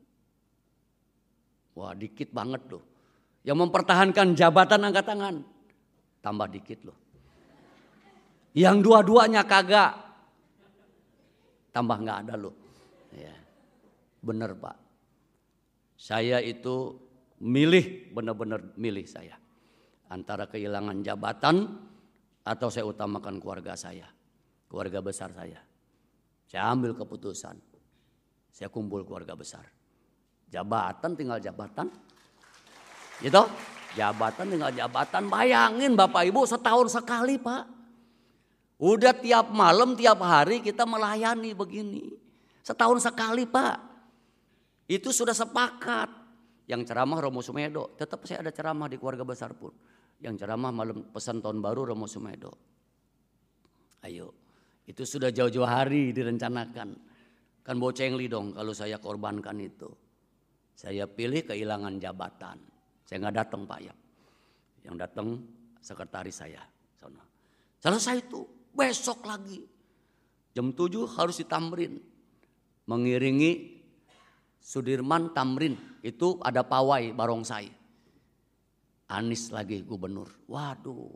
A: Wah dikit banget loh. Yang mempertahankan jabatan angkat tangan. Tambah dikit loh. Yang dua-duanya kagak, tambah nggak ada loh. Ya, bener Pak. Saya itu milih, benar-benar milih saya. Antara kehilangan jabatan atau saya utamakan keluarga saya, keluarga besar saya. Saya ambil keputusan, saya kumpul keluarga besar. Jabatan tinggal jabatan, gitu. Jabatan tinggal jabatan. Bayangin Bapak Ibu setahun sekali Pak. Udah tiap malam, tiap hari kita melayani begini. Setahun sekali Pak. Itu sudah sepakat. Yang ceramah Romo Sumedo. Tetap saya ada ceramah di keluarga besar pun. Yang ceramah malam pesan tahun baru Romo Sumedo. Ayo. Itu sudah jauh-jauh hari direncanakan. Kan bocengli dong kalau saya korbankan itu. Saya pilih kehilangan jabatan. Saya nggak datang Pak Yap. Yang datang sekretaris saya. Selesai itu. Besok lagi jam 7 harus di Tamrin mengiringi Sudirman Tamrin, itu ada pawai barongsai. Anies lagi gubernur. Waduh.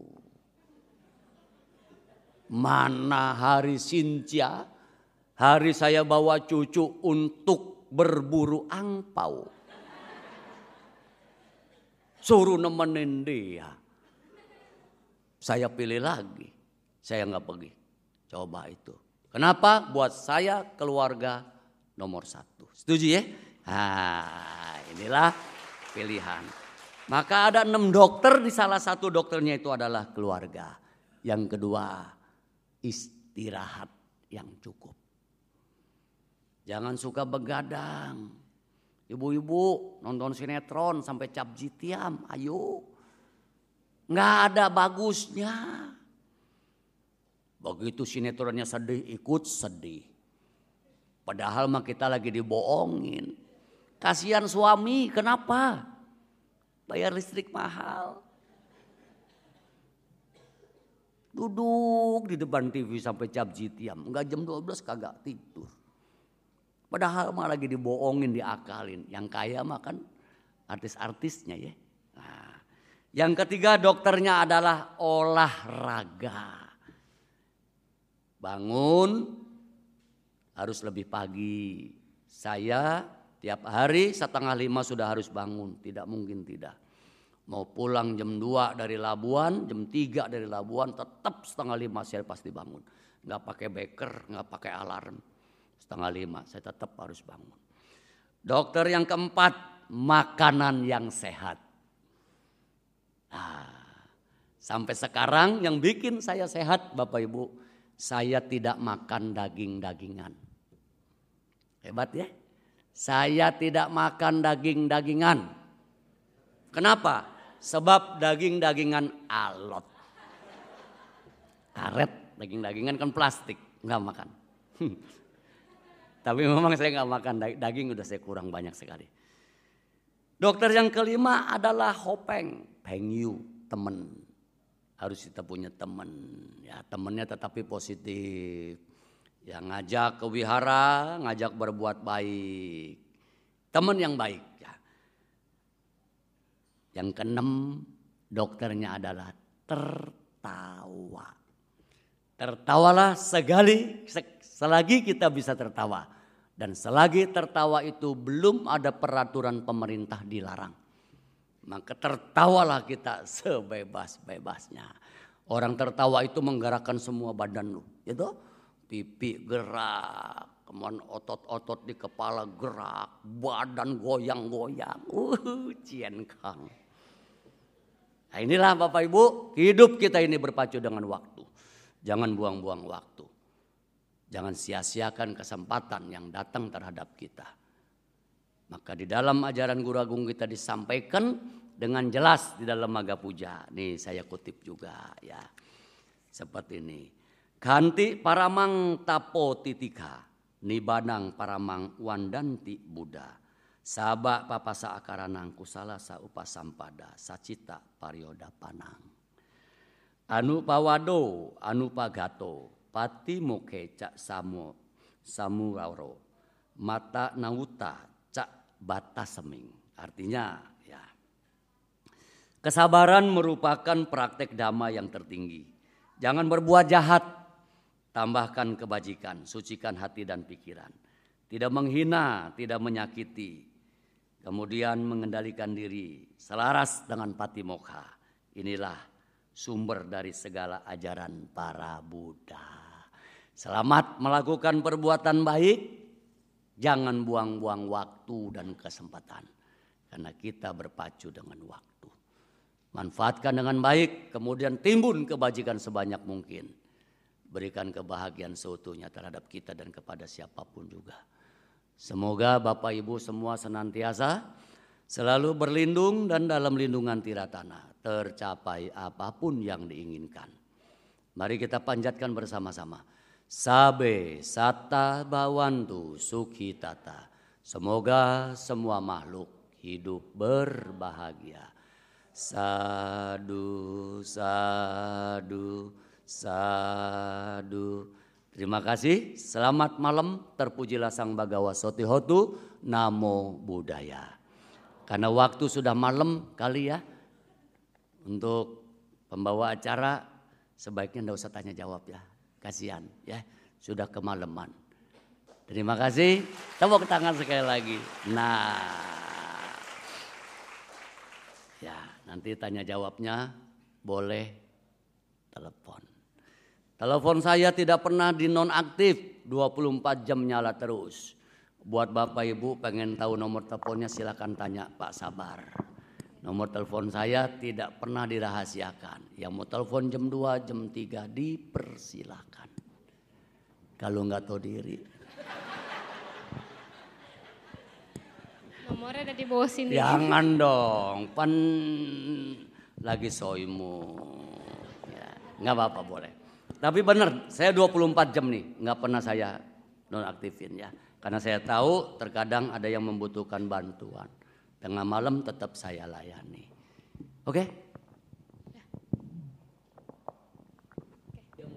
A: Mana hari Sinja, hari saya bawa cucu untuk berburu angpau. Suruh nemenin dia. Saya pilih lagi. Saya nggak pergi. Coba itu. Kenapa? Buat saya keluarga nomor 1. Setuju ya? Nah, inilah pilihan. Maka ada 6 dokter, di salah satu dokternya itu adalah keluarga. Yang kedua, istirahat yang cukup. Jangan suka begadang. Ibu-ibu nonton sinetron sampai cap jitiam, ayo. Nggak ada bagusnya. Begitu sinetronnya sedih, ikut sedih. Padahal mah kita lagi dibohongin. Kasihan suami, kenapa? Bayar listrik mahal. Duduk di depan TV sampai cap jitiam. Enggak jam 12 kagak tidur. Padahal mah lagi dibohongin, diakalin. Yang kaya mah kan artis-artisnya ya. Nah, yang ketiga dokternya adalah olahraga. Bangun harus lebih pagi. Saya tiap hari 4:30 sudah harus bangun. Tidak mungkin tidak. Mau pulang jam 2 dari Labuan, jam 3 dari Labuan, tetap 4:30 saya pasti bangun. Nggak pakai beker, nggak pakai alarm. 4:30 saya tetap harus bangun. Dokter yang keempat, makanan yang sehat. Nah, sampai sekarang yang bikin saya sehat Bapak Ibu, saya tidak makan daging-dagingan. Hebat ya? Saya tidak makan daging-dagingan. Kenapa? Sebab daging-dagingan alot. Karet, daging-dagingan kan plastik, nggak makan. Tapi memang saya nggak makan daging, udah saya kurang banyak sekali. Dokter yang kelima adalah Hopeng, Pengyu, teman. Harus kita punya teman, ya temannya tetapi positif. yang ngajak ke wihara, ngajak berbuat baik. Teman yang baik. Ya. Yang keenam, dokternya adalah tertawa. Tertawalah selagi kita bisa tertawa. Dan selagi tertawa itu belum ada peraturan pemerintah dilarang. Maka tertawalah kita sebebas-bebasnya. Orang tertawa itu menggerakkan semua badan lu. Gitu? Pipi gerak, kemudian otot-otot di kepala gerak, badan goyang-goyang. Cien Kang. Nah inilah Bapak Ibu, hidup kita ini berpacu dengan waktu. Jangan buang-buang waktu. Jangan sia-siakan kesempatan yang datang terhadap kita. Maka di dalam ajaran Guru Agung kita disampaikan dengan jelas di dalam Maga Puja. Nih saya kutip juga ya. Seperti ini. Kanti paramang tapo titika, nibanang paramang wandanti Buddha. Saba papasa akaranang kusala sa upasampada, sacita parioda panang. Anu pawado, anu pagato, pati moke cak samuraro, mata nauta cak bata seming. Artinya ya, kesabaran merupakan praktek dhamma yang tertinggi. Jangan berbuat jahat. Tambahkan kebajikan, sucikan hati dan pikiran. Tidak menghina, tidak menyakiti. Kemudian mengendalikan diri, selaras dengan patimokkha. Inilah sumber dari segala ajaran para Buddha. Selamat melakukan perbuatan baik. Jangan buang-buang waktu dan kesempatan. Karena kita berpacu dengan waktu. Manfaatkan dengan baik, kemudian timbun kebajikan sebanyak mungkin. Berikan kebahagiaan seutuhnya terhadap kita dan kepada siapapun juga. Semoga Bapak Ibu semua senantiasa selalu berlindung dan dalam lindungan Tiratana. Tercapai apapun yang diinginkan. Mari kita panjatkan bersama-sama. Sabe sata bawantu sukhi tata. Semoga semua makhluk hidup berbahagia. Sadu, sadu. Sadu. Terima kasih. Selamat malam. Terpujilah Sang Bhagawa Sotihotu. Namo Buddhaya. Karena waktu sudah malam kali ya. Untuk pembawa acara sebaiknya tidak usah tanya jawab ya. Kasihan ya. Sudah kemalaman. Terima kasih. Tepuk tangan sekali lagi. Nah. Ya, nanti tanya jawabnya boleh telepon. Telepon saya tidak pernah dinonaktif, 24 jam nyala terus. Buat Bapak Ibu pengen tahu nomor teleponnya silakan tanya Pak Sabar. Nomor telepon saya tidak pernah dirahasiakan. Yang mau telepon jam 2, jam 3 dipersilakan. Kalau nggak tahu diri.
B: Nomornya ada di bawah sini.
A: Jangan dong, pan lagi soimu. Ya, nggak apa-apa boleh. Tapi benar, saya 24 jam nih, nggak pernah saya nonaktifin ya. Karena saya tahu terkadang ada yang membutuhkan bantuan. Tengah malam tetap saya layani. Oke?